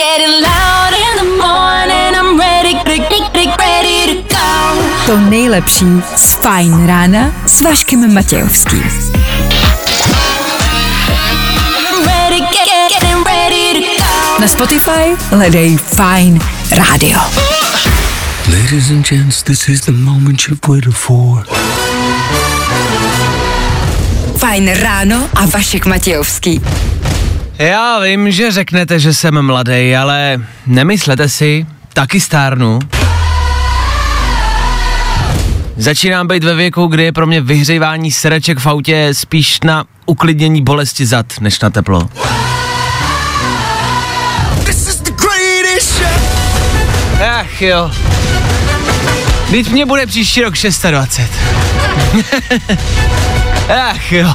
To nejlepší z Fajn rána s Vaškem Matějovským. Na Spotify hledej Fajn rádio. Ladies and gents, this is the moment you've waited for. Fajn ráno a Vašek Matějovský. Já vím, že řeknete, že jsem mladý, ale nemyslete si, taky stárnu. Začínám být ve věku, kdy je pro mě vyhřívání sedaček v autě spíš na uklidnění bolesti zad, než na teplo. Ach jo. Teď mě bude příští rok 26. Ach jo.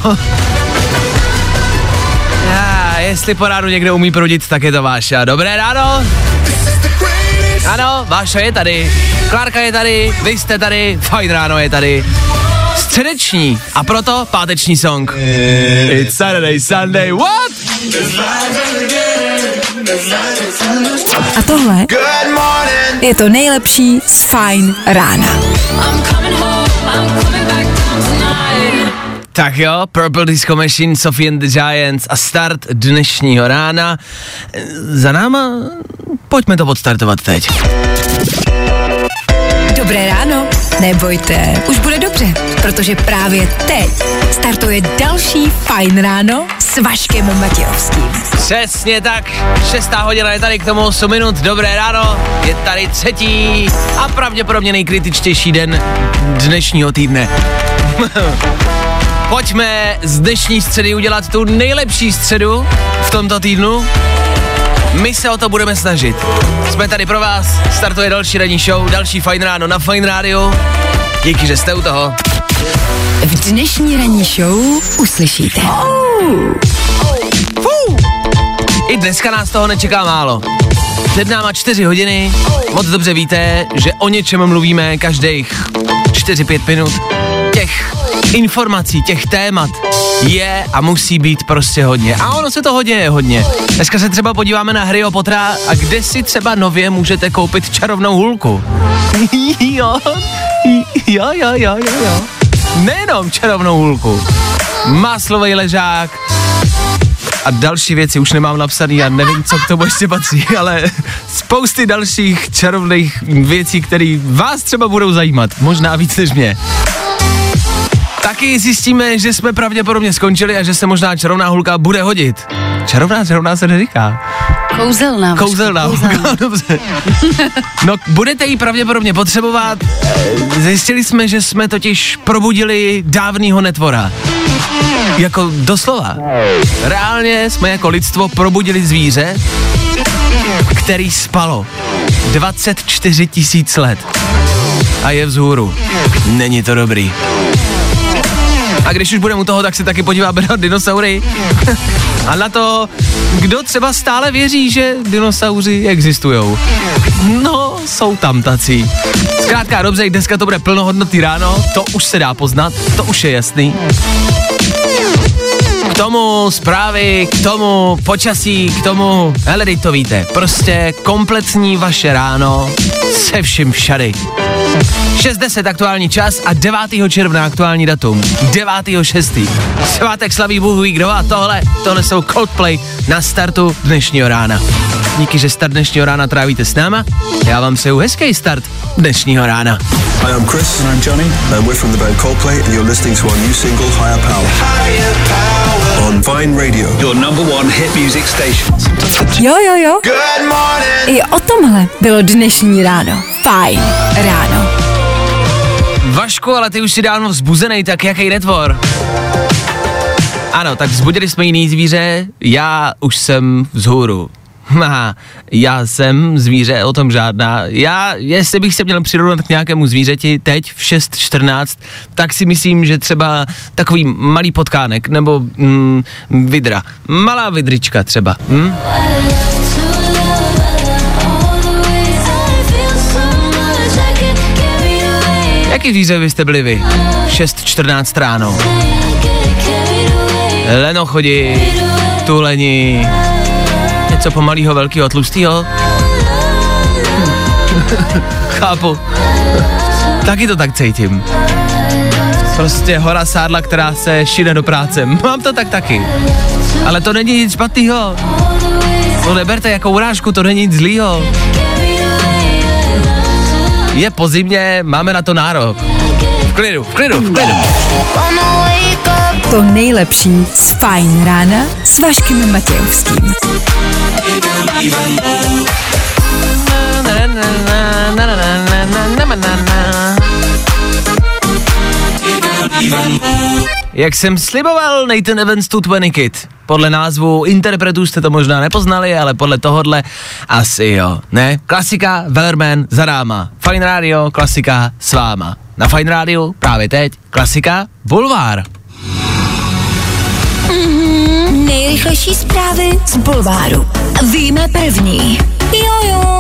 Jestli po ránu někdo umí prudit, tak je to Váša. Dobré ráno. Ano, Váša je tady, Klárka je tady, vy jste tady, Fajn ráno je tady. Středeční a proto páteční song. It's Saturday, Sunday, what? A tohle je to nejlepší z Fajn rána. Tak jo, Purple Disco Machine, Sophie and the Giants a start dnešního rána. Za náma, pojďme to odstartovat teď. Dobré ráno, nebojte, už bude dobře, protože právě teď startuje další Fajn ráno s Vaškem Matějovským. Přesně tak, 6. hodina je tady, k tomu 8 minut, dobré ráno, je tady třetí a pravděpodobně nejkritičtější den dnešního týdne. Pojďme z dnešní středy udělat tu nejlepší středu v tomto týdnu. My se o to budeme snažit. Jsme tady pro vás, startuje další ranní show, další Fajn ráno na Fajn rádiu. Díky, že jste u toho. V dnešní ranní show uslyšíte. I dneska nás toho nečeká málo. Před náma 4 hodiny, moc dobře víte, že o něčem mluvíme každých 4-5 minut. Těch informací, těch témat je a musí být prostě hodně. A ono se toho děje hodně. Dneska se třeba podíváme na Harryho Pottera a kde si třeba nově můžete koupit čarovnou hůlku. Jo. Nejenom čarovnou hůlku. Máslovej ležák a další věci už nemám napsaný a nevím, co k tomu ještě patří, ale spousty dalších čarovných věcí, které vás třeba budou zajímat. Možná víc než mě. Taky zjistíme, že jsme pravděpodobně skončili a že se možná čarovná hulka bude hodit. Čarovná se neříká. Kouzelná hulka, dobře. No, budete ji pravděpodobně potřebovat. Zjistili jsme, že jsme totiž probudili dávnýho netvora. Jako doslova. Reálně jsme jako lidstvo probudili zvíře, který spalo 24 000 let. A je vzhůru. Není to dobrý. A když už budeme u toho, tak se taky podíváme na dinosaury a na to, kdo třeba stále věří, že dinosauři existujou. No, jsou tam tací. Zkrátka dobře, dneska to bude plnohodnotný ráno, to už se dá poznat, to už je jasný. K tomu zprávy, k tomu počasí, k tomu, hele, teď to víte, prostě kompletní vaše ráno se vším všady. 6:10 aktuální čas a 9. června aktuální datum. 9.6. Svátek slaví Bůh ví kdo a tohle jsou Coldplay na startu dnešního rána. Díky, že start dnešního rána trávíte s náma. Já vám přeju hezký start dnešního rána. Hi, I'm Chris. And I'm Johnny. And we're from the band Coldplay and you're listening to our new single Higher Power. On Fine Radio. Your number one hit music station. Jo. Good morning. I o tomhle bylo dnešní ráno. Fajn ráno. Vašku, ale ty už si dávno vzbuzenej, tak jaký netvor? Ano, tak vzbudili jsme jiný zvíře, já už jsem vzhůru. Já jsem zvíře, o tom žádná. Jestli bych se měl přirovnat k nějakému zvířeti teď v 6:14, tak si myslím, že třeba takový malý potkánek, nebo vidra. Malá vidrička třeba. Jaký zvíře byste byli vy? 6:14 ráno. Lenochodi, tuleni, Něco pomalýho, velkýho, tlustýho. Chápu. Taky to tak cítím. Prostě hora sádla, která se šine do práce. Mám to tak taky. Ale to není nic špatnýho. To neberte jako urážku, to není nic zlýho. Je po zimě, máme na to nárok. V klidu. To nejlepší z Fajn rána s Vaškem Matějovským. Jak jsem sliboval, Nathan Evans tu 20 Kid. Podle názvu interpretů jste to možná nepoznali, ale podle tohodle asi jo. Ne? Klasika, Wellerman za náma. Fajn rádio, klasika s váma. Na Fajn rádiu právě teď klasika Bulvár. Nejrychlejší zprávy z Bulváru. Víme první. Jojo.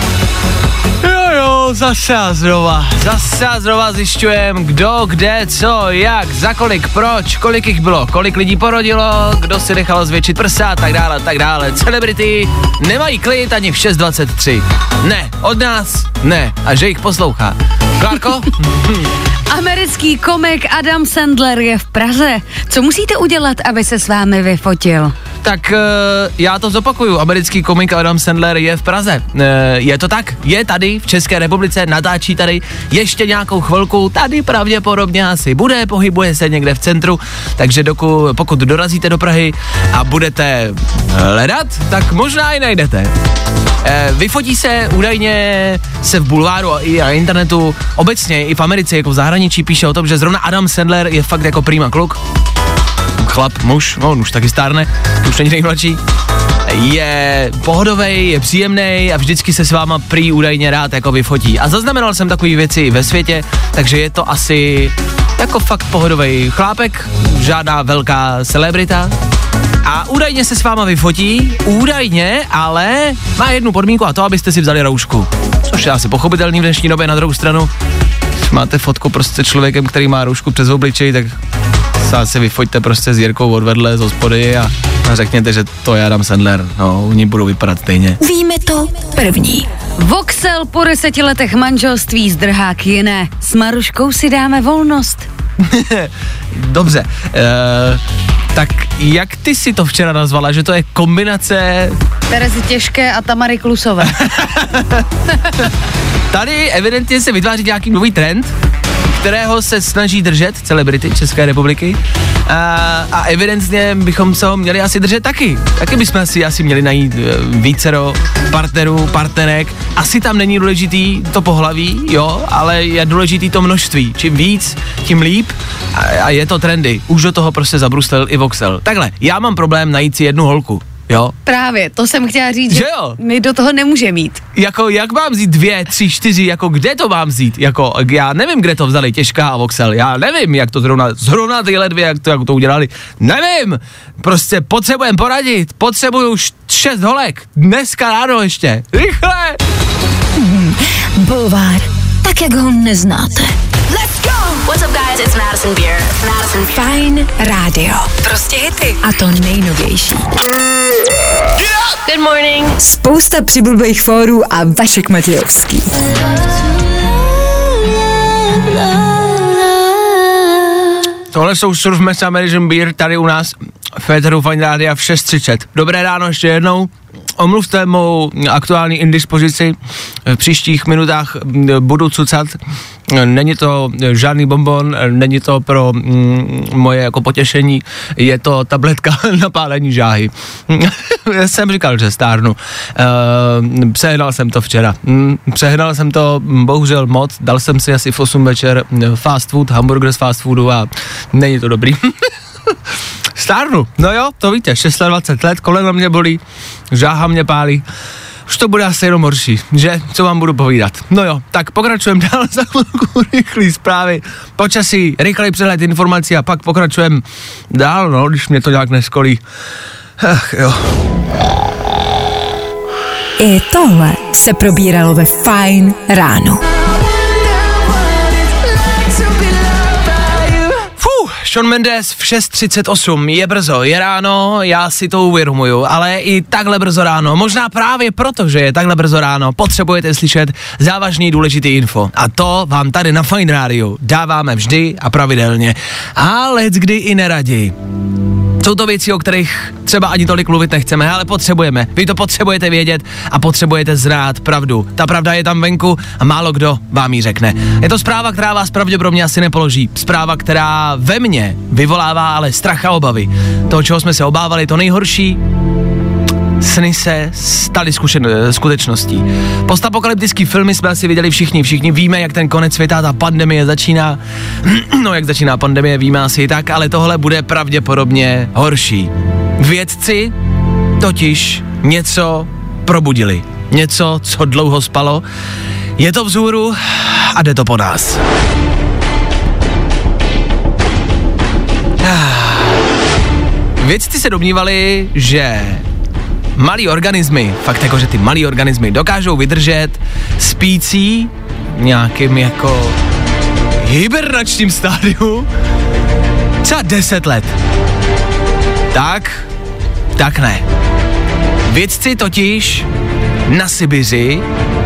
Jo, zase a znova zjišťujem, kdo, kde, co, jak, za kolik, proč, kolik jich bylo, kolik lidí porodilo, kdo si nechal zvětšit prsa, tak dále. Celebrity nemají klid ani v 6:23. Ne, od nás ne, a že jich poslouchá. Klárko? Americký komik Adam Sandler je v Praze. Co musíte udělat, aby se s vámi vyfotil? Tak já to zopakuju, americký komik Adam Sandler je v Praze. Je to tak? Je tady v České republice, natáčí tady ještě nějakou chvilku, tady pravděpodobně asi bude, pohybuje se někde v centru, takže pokud dorazíte do Prahy a budete hledat, tak možná i najdete. Vyfotí se údajně se v bulváru a i na internetu, obecně i v Americe, jako v zahraničí píše o tom, že zrovna Adam Sandler je fakt jako prima kluk. Chlap, muž, on už taky stárne, už není nejmladší, je pohodovej, je příjemnej a vždycky se s váma prý údajně rád jako vyfotí. A zaznamenal jsem takové věci ve světě, takže je to asi jako fakt pohodovej chlápek, žádná velká celebrita. A údajně se s váma vyfotí, ale má jednu podmínku a to, abyste si vzali roušku. Což je asi pochopitelný v dnešní době. Na druhou stranu, když máte fotku prostě člověkem, který má roušku přes obličej, tak se vyfoťte prostě s Jirkou odvedle z hospody a řekněte, že to je Adam Sandler. No, oni budou vypadat stejně. Víme to první. Voxel po 10 letech manželství zdrhá k jiné. S Maruškou si dáme volnost. Dobře, tak jak ty si to včera nazvala, že to je kombinace... Terezy Těžké a Tamary Klusové. Tady evidentně se vytváří nějaký nový trend, kterého se snaží držet celebrity České republiky a evidentně bychom se ho měli asi držet taky. Taky bychom si asi měli najít vícero partnerů, partnerek. Asi tam není důležitý to pohlaví, jo, ale je důležitý to množství. Čím víc, tím líp a je to trendy. Už do toho prostě zabruslil i Voxel. Takhle, já mám problém najít si jednu holku. Jo? Právě, to jsem chtěla říct, že jo? My do toho nemůže mít. Jako, jak mám vzít 2, 3, 4, jako kde to mám vzít? Jako, já nevím, kde to vzali Těžká a Voxel, já nevím, jak to zrovna tyhle dvě, jak to udělali. Nevím, prostě potřebujeme poradit, potřebuju už 6 holek, dneska ráno ještě, rychle! Bulvár, tak jak ho neznáte. Let's go! What's up guys, it's Madison Beer. Fajn rádio. Prostě hity. A to nejnovější. Good morning. Spousta přibulbých fórů a Vašek Matějovský. Tohle jsou Surf Mess American Beer tady u nás v éteru Fajn rádia v 6:30. Dobré ráno ještě jednou. Omluvte mou aktuální indispozici. V příštích minutách budu cucat. Není to žádný bonbon, není to pro moje jako potěšení, je to tabletka na pálení žáhy. Já jsem říkal, že stárnu. Přehnal jsem to včera. Přehnal jsem to bohužel moc. Dal jsem si asi v 8 večer fast food, hamburger z fast foodu a není to dobrý. Stárnu, no jo, to víte, 26 let, koleno mě bolí, žáha mě pálí. Už to bude asi jenom horší, že? Co vám budu povídat? No jo, tak pokračujeme dál za chvilku, rychlý zprávy, počasí, rychlej přehled informací a pak pokračujeme dál, no, když mě to nějak neskolí. Ach jo. I tohle se probíralo ve Fajn ráno. Shawn Mendes v 6:38, je brzo, je ráno, já si to uvědomuju, ale i takhle brzo ráno, možná právě proto, že je takhle brzo ráno, potřebujete slyšet závažný důležitý info. A to vám tady na Fajn rádiu dáváme vždy a pravidelně. A leckdy i neraději. Jsou to věci, o kterých třeba ani tolik mluvit nechceme, ale potřebujeme. Vy to potřebujete vědět a potřebujete znát pravdu. Ta pravda je tam venku a málo kdo vám ji řekne. Je to zpráva, která vás pravděpodobně asi nepoloží. Zpráva, která ve mně vyvolává ale strach a obavy. To, čeho jsme se obávali, to nejhorší, sny se staly skutečností. Postapokalyptický filmy jsme asi viděli všichni víme, jak ten konec světa, ta pandemie začíná. No, jak začíná pandemie, víme asi tak, ale tohle bude pravděpodobně horší. Vědci totiž něco probudili. Něco, co dlouho spalo. Je to vzhůru a jde to po nás. Vědci se domnívali, že malý organismy, fakt jako, že ty malý organismy dokážou vydržet spící nějakým jako hibernačním stádiu třeba 10 let. Tak ne. Vědci totiž na Sibiři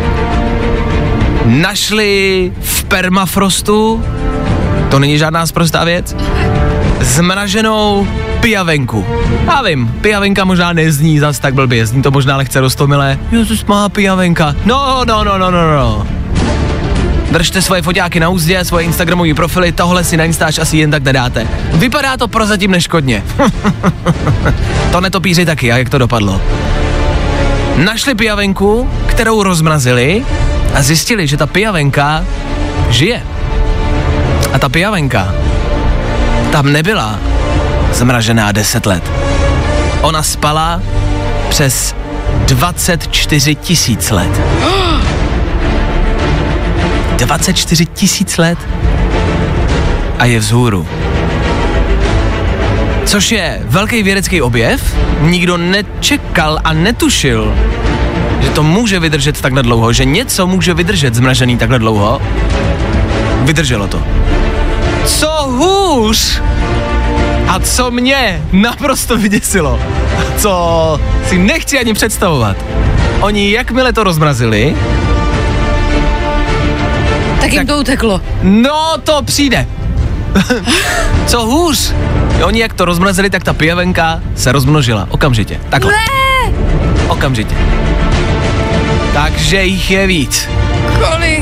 našli v permafrostu, to není žádná sprostá věc, zmraženou pijavenku. Já vím, pijavenka možná nezní zas tak blbě, zní to možná lehce roztomilé. Jezus, má pijavenka. No. Držte svoje foťáky na úzdě, svoje instagramové profily, tohle si na Instač asi jen tak nedáte. Vypadá to prozatím neškodně. To netopíři taky, a jak to dopadlo? Našli pijavenku, kterou rozmrazili a zjistili, že ta pijavenka žije. A ta pijavenka tam nebyla zmražená 10 let. Ona spala přes 24 000 let. 24 000 let a je vzhůru. Což je velký vědecký objev, nikdo nečekal a netušil, že to může vydržet takhle dlouho, že něco může vydržet zmražený takhle dlouho. Vydrželo to. Co hůř a co mě naprosto vyděsilo, co si nechci ani představovat. Oni jakmile to rozmrazili, tak jim to uteklo. No, to přijde. Co hůř? Oni jak to rozmrazili, tak ta pijavenka se rozmnožila. Okamžitě. Takhle. Ne! Okamžitě. Takže jich je víc. Kolik?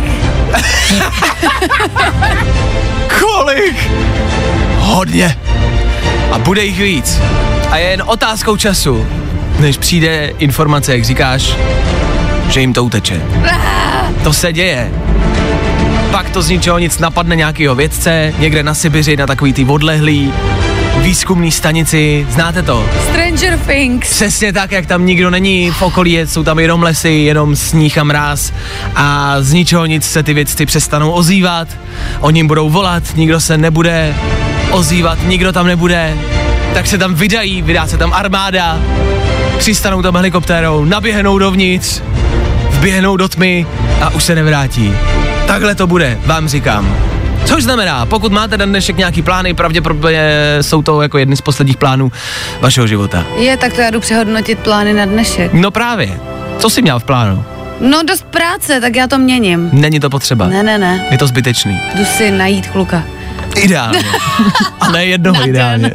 Kolik? Hodně. A bude jich víc. A je jen otázkou času, než přijde informace, jak říkáš, že jim to uteče. To se děje. Pak to z ničeho nic napadne nějakýho vědce, někde na Sibiři, na takový ty odlehlý výzkumný stanici, znáte to? Stranger Things. Přesně tak, jak tam nikdo není v okolí, jsou tam jenom lesy, jenom sníh a mráz a z ničeho nic se ty vědci přestanou ozývat, oni jim budou volat, nikdo se nebude ozývat, nikdo tam nebude, tak se tam vydá se tam armáda, přistanou tam helikoptérou, naběhnou dovnitř, vběhnou do tmy a už se nevrátí. Takhle to bude, vám říkám. Což znamená, pokud máte na dnešek nějaký plány, pravděpodobně jsou to jako jedny z posledních plánů vašeho života. Tak to já jdu přehodnotit plány na dnešek. No právě. Co jsi měl v plánu? No dost práce, tak já to měním. Není to potřeba. Ne. Je to zbytečný. Jdu si najít kluka. Ideálně. A ne jednoho ideálně.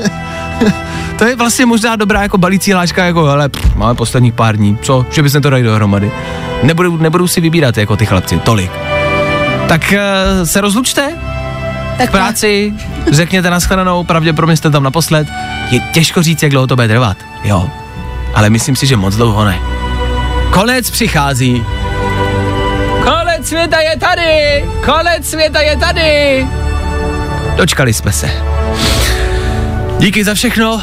To je vlastně možná dobrá jako balící láška, jako hele, máme posledních pár dní, co, že bychom to dali dohromady. Nebudu si vybírat jako ty chlapci, tolik. Tak se rozlučte tak v práci, řekněte nashledanou, pravděpodobně jste tam naposled. Je těžko říct, jak dlouho to bude trvat, jo. Ale myslím si, že moc dlouho ne. Konec přichází. Konec světa je tady! Konec světa je tady! Dočkali jsme se. Díky za všechno.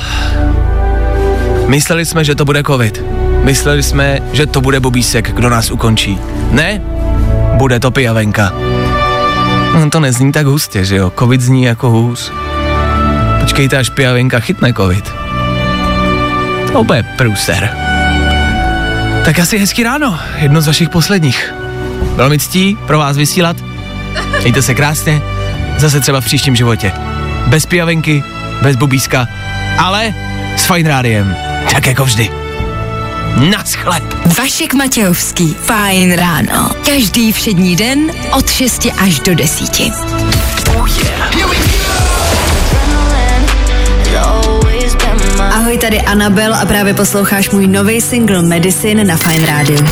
Mysleli jsme, že to bude covid. Mysleli jsme, že to bude Bobísek, kdo nás ukončí. Ne, bude to pijavenka. No, to nezní tak hustě, že jo? Covid zní jako hůř. Počkejte, až pijavenka chytne covid. To bude průser. Tak asi hezký ráno, jedno z vašich posledních. Bylo mi ctí pro vás vysílat. Mějte se krásně, zase třeba v příštím životě. bez pijavenky, bez bubíska, ale s Fajn rádiem, tak jako vždy. Naschle. Vašek Matějovský, Fajn ráno. Každý všední den od 6 až do 10. Ahoj, tady Anabel a právě posloucháš můj nový single Medicine na Fajn rádiu.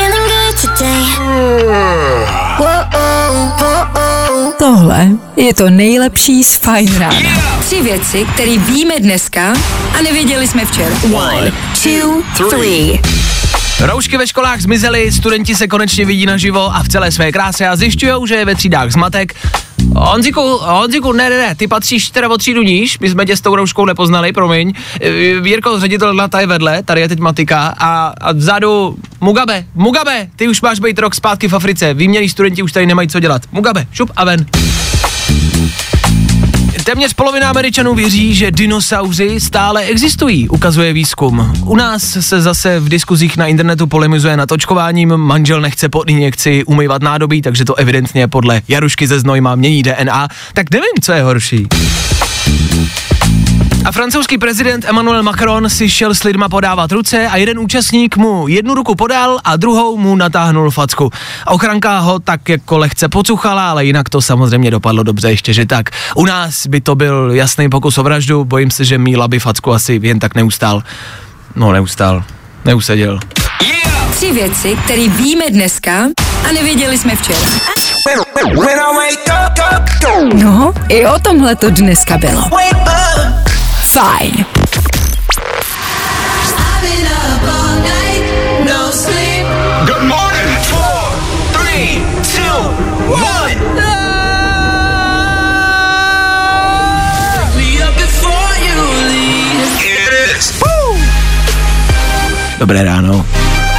Tohle je to nejlepší z Fajn rána. 3 věci, které víme dneska a nevěděli jsme včera. 1, 2, 3. Roušky ve školách zmizely, studenti se konečně vidí naživo a v celé své kráse a zjišťujou, že je ve třídách zmatek. Honziku, ne, ty patříš teda o třídu níž, my jsme tě s tou rouškou nepoznali, promiň. Jirko, ředitel na je vedle, tady je teď matika a vzadu Mugabe, ty už máš být rok zpátky v Africe, výměnní studenti už tady nemají co dělat. Mugabe, šup a ven. Téměř polovina Američanů věří, že dinosauři stále existují, ukazuje výzkum. U nás se zase v diskuzích na internetu polemizuje nad očkováním, manžel nechce po injekci umývat nádobí, takže to evidentně podle Jarušky ze Znojma mění DNA, tak nevím, co je horší. A francouzský prezident Emmanuel Macron si šel s lidma podávat ruce a jeden účastník mu jednu ruku podal a druhou mu natáhnul facku. Ochranka ho tak jako lehce pocuchala, ale jinak to samozřejmě dopadlo dobře, ještě že tak. U nás by to byl jasný pokus o vraždu, bojím se, že Míla by facku asi jen tak neustál. No neuseděl. 3 věci, které víme dneska a nevěděli jsme včera. No, i o tomhle to dneska bylo. Fajn. Good morning. 4, 3, 2, 1. Dobré ráno.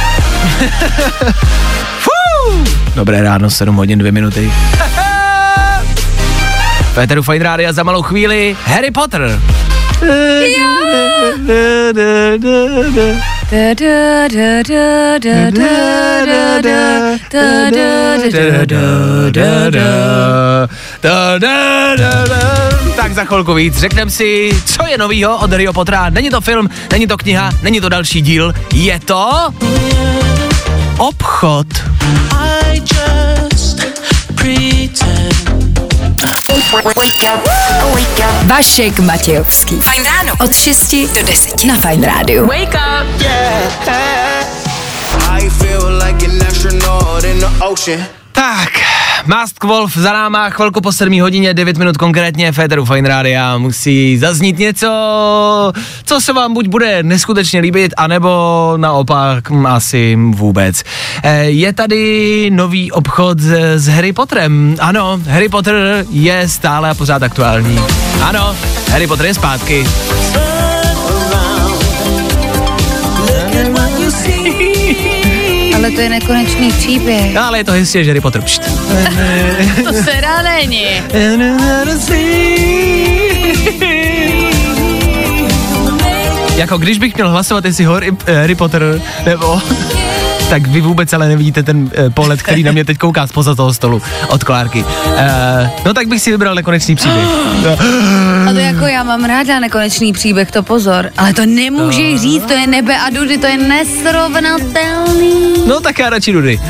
Dobré ráno, 7 hodin 2 minuty. Féteru Fajn rádia za malou chvíli Harry Potter. Tak za chvilku víc řekneme si, co je novýho od Harryho Pottera. Není to film, není to kniha, není to další díl, je to obchod. Vašek Matějovský. Fajn ráno. Od 6 do 10 na Fajn rádiu. Wake up. I feel like an astronaut in the ocean. Tak, Mask Wolf za náma, chvilku po 7 hodině, 9 minut konkrétně, Féteru Fajn rádia musí zaznít něco, co se vám buď bude neskutečně líbit, anebo naopak asi vůbec. Je tady nový obchod s Harry Potterem. Ano, Harry Potter je stále a pořád aktuální. Ano, Harry Potter je zpátky. Ale to je nekonečný příběh. Ale je to hezčí, že Harry Potter. To se dá není. Jako když bych měl hlasovat, jestli Harry Potter nebo... Tak vy vůbec ale nevidíte ten pohled, který na mě teď kouká zpoza toho stolu od Klárky. No tak bych si vybral nekonečný příběh. A to jako já mám ráda nekonečný příběh, to pozor. Ale to nemůžeš říct, to je nebe a dudy, to je nesrovnatelný. No tak já radši dudy.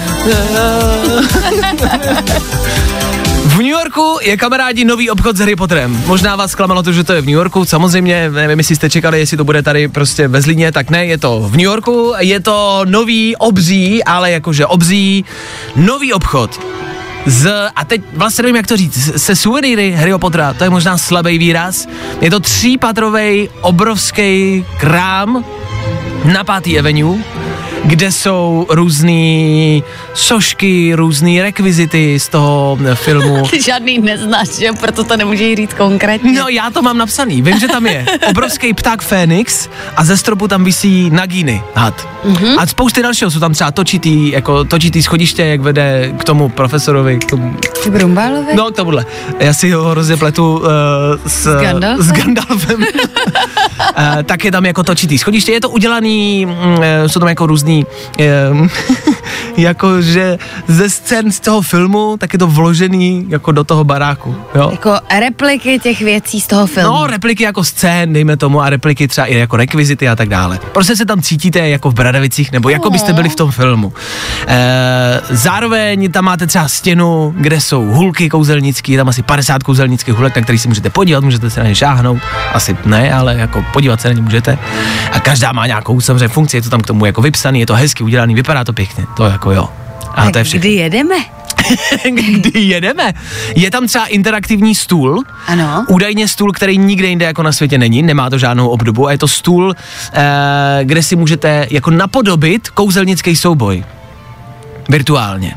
V New Yorku je, kamarádi, nový obchod s Harry Potterem. Možná vás zklamalo to, že to je v New Yorku, samozřejmě, nevím, jestli jste čekali, jestli to bude tady prostě ve Zlíně, tak ne, je to v New Yorku, je to nový obří, ale jakože obří, nový obchod. A teď vlastně nevím, jak to říct, se suvenýry Harryho Pottera, to je možná slabý výraz, je to 3patrovej obrovský krám na 5. Avenue, kde jsou různý sošky, různý rekvizity z toho filmu. Ty žádný neznáš, že? Proto to nemůžeš říct konkrétně. No já to mám napsaný, vím, že tam je obrovský pták Fénix a ze stropu tam visí Nagini, had. A spousty dalšího, jsou tam třeba točitý schodiště, jak vede k tomu profesorovi, k tomu... K Brumbálovi? No, k tomuhle. Já si ho hrozně pletu s Gandalfem. Tak je tam jako točitý schodiště, je to udělaný, jsou tam jako různý jakože ze scén z toho filmu, tak je to vložený jako do toho baráku, jo. Jako repliky těch věcí z toho filmu. No, repliky jako scén, dejme tomu, a repliky třeba i jako rekvizity a tak dále. Prostě se tam cítíte jako v Bradavicích, nebo jako byste byli v tom filmu. Zároveň tam máte třeba stěnu, kde jsou hulky kouzelnický, tam asi 50 kouzelnických hulek, na který si můžete podívat, můžete se na ně šáhnout, asi ne, ale jako podívat se na ně můžete. A každá má nějakou samozřejmě funkci, je to tam k tomu jako vypsaný, je to hezky udělaný, vypadá to pěkně, to jako jo. A tak to je všechno. kdy jedeme? Kdy jedeme? Je tam třeba interaktivní stůl. Ano. Údajně stůl, který nikde jinde jako na světě není, nemá to žádnou obdobu a je to stůl, kde si můžete jako napodobit kouzelnický souboj. Virtuálně.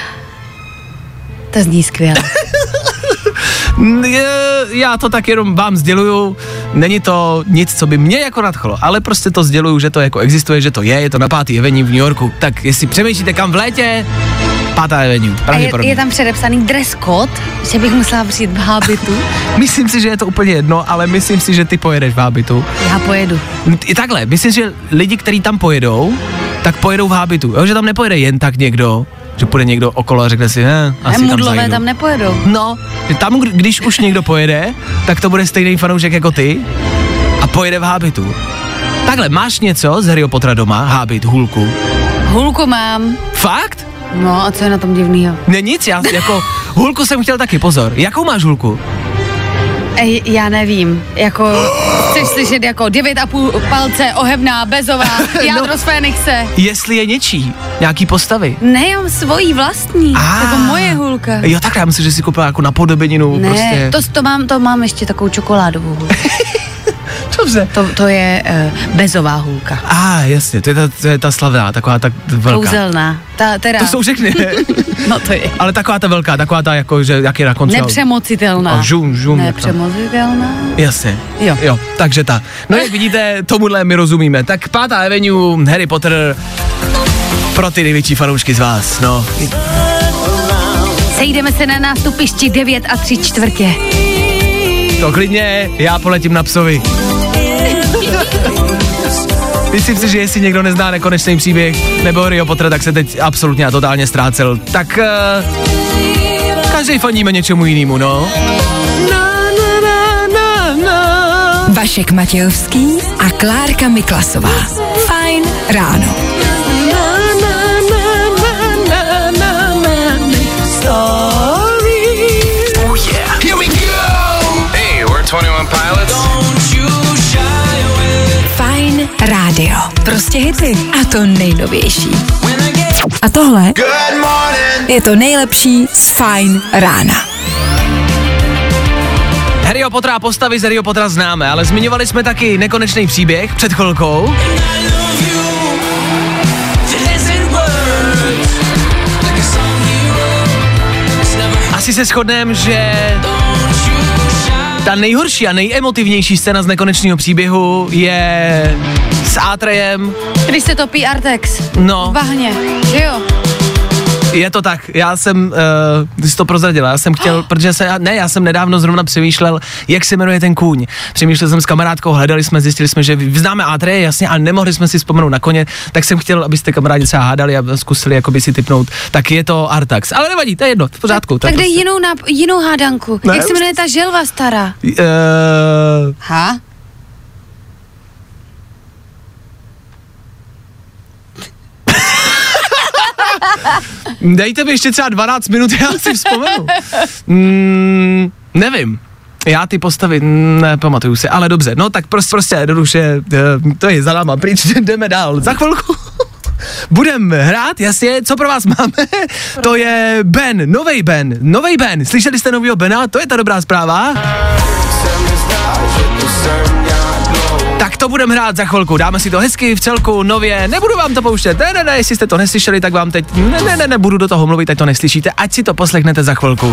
To zní skvěle. Já to tak jenom vám sděluju, není to nic, co by mě jako nadchlo, ale prostě to sděluju, že to jako existuje, že to je to na 5. Avenue v New Yorku, tak jestli přemýšlíte kam v létě, 5. Avenue, pravděpodobně. A je tam předepsaný dress code, že bych musela přijít v hábitu? Myslím si, že je to úplně jedno, ale myslím si, že ty pojedeš v hábitu. Já pojedu. I takhle, myslím, že lidi, kteří tam pojedou, tak pojedou v hábitu, jo, že tam nepojede jen tak někdo, že půjde někdo okolo a řekne si, asi tam zajdu. Tam nepojedou. No, tam, když už někdo pojede, tak to bude stejný fanoušek jako ty a pojede v hábitu. Takhle, máš něco z Harryho Pottera doma, hábit, hůlku? Hůlku mám. Fakt? No a co je na tom divnýho? Ne, nic, já jako hůlku jsem chtěl taky, pozor. Jakou máš hůlku? Já nevím, jako chceš slyšet jako 9,5 palce, ohebná, bezová, jádro z Fénixe. Jestli je něčí, nějaký postavy. Ne, já mám svojí vlastní, jako moje hůlka. Jo, tak já myslím, že si koupila jako na podobeninu. Ne, prostě. to mám ještě takovou čokoládovou hůlku. Dobře. To je bezová hůlka. Jasně, to je ta slavná, taková ta velká. Kouzelná. To jsou všechny. No to je. Ale taková ta velká, taková ta jako, že jak je na konci. Nepřemocitelná. Žum. Nepřemocitelná. Jasně. Jo, takže ta. No jak vidíte, tomuhle my rozumíme. Tak 5. Avenue, Harry Potter, pro ty největší fanoušky z vás, no. Sejdeme se na nástupišti 9 3/4. To klidně, já poletím na psovi. Myslím si, že jestli někdo nezná Nekonečný příběh nebo Harryho Pottera, tak se teď absolutně a totálně ztrácel. Tak každý fandíme něčemu jinému, no. Vašek Matějovský a Klárka Miklasová. Fajn ráno. Oh yeah. Here we go. Hey, we're 21 Pilots. Don't you shy away. Fajn rádio. Prostě hity. A to nejnovější. A tohle je to nejlepší z Fajn rána. Harryho Pottera a postavy z Harryho Pottera známe, ale zmiňovali jsme taky Nekonečný příběh před chvilkou. Asi se shodneme, že ta nejhorší a nejemotivnější scéna z Nekonečného příběhu je s Átrejem. Když se topí Artex. No. V bahně, že jo? Je to tak, já jsem, ty jsi to prozradila, já jsem chtěl, protože já jsem nedávno zrovna přemýšlel, jak se jmenuje ten kůň. Přemýšlel jsem s kamarádkou, hledali jsme, zjistili jsme, že známe Átreje, jasně, ale nemohli jsme si vzpomenout na koně, tak jsem chtěl, abyste kamarádi třeba hádali a zkusili jakoby si tipnout, tak je to Artax. Ale nevadí, to je jedno, v pořádku. Tak dej prostě jinou hádanku. Ne, jak se jmenuje ta želva stará? Ha? Dejte mi ještě třeba 12 minut, já si vzpomenu. Nevím. Já ty postavy nepamatuju si, ale dobře, no tak prostě jednoduše, to je za náma pryč, jdeme dál. Za chvilku budeme hrát, jasně, co pro vás máme, to je Ben, novej Ben, slyšeli jste novýho Bena, to je ta dobrá zpráva. Tak to budeme hrát za chvilku, dáme si to hezky v celku, nově, nebudu vám to pouštět, ne, jestli jste to neslyšeli, tak vám teď, nebudu do toho mluvit, teď to neslyšíte, ať si to poslechnete za chvilku.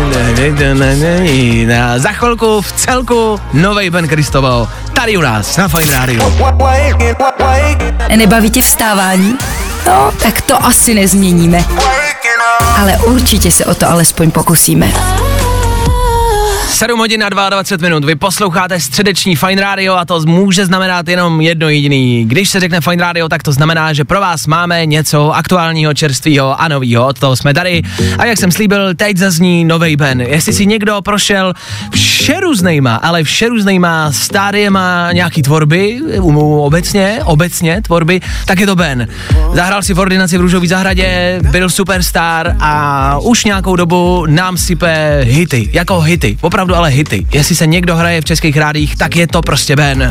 Za chvilku v celku novej Ben Cristoval, tady u nás, na Fajn rádiu. Nebaví tě vstávání? No, tak to asi nezměníme. Ale určitě se o to alespoň pokusíme. 7 hodin a 22 minut. Vy posloucháte středeční Fajn rádio a to může znamenat jenom jedno jediný. Když se řekne Fajn rádio, tak to znamená, že pro vás máme něco aktuálního, čerstvého a novýho. Od toho jsme tady. A jak jsem slíbil, teď zazní novej Ben. Jestli si někdo prošel všeruznejma stádiema nějaký tvorby, obecně tvorby, tak je to Ben. Zahrál si v Ordinaci v Růžové zahradě, byl superstar a už nějakou dobu nám sype hity, jako hity, opravdu ale hity. Jestli se někdo hraje v českých rádiích, tak je to prostě Ben.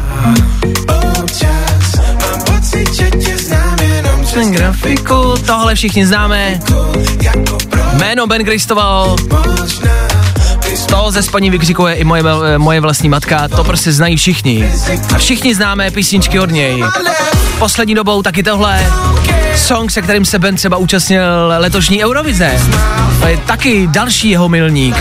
Ten grafiku, tohle všichni známe. Jméno Ben Kristoval. To ze spaní vykřikuje i moje vlastní matka, to prostě znají všichni. A všichni známe písničky od něj. Poslední dobou taky tohle. Song, se kterým se Ben třeba účastnil letošní Eurovize. To je taky další jeho milník.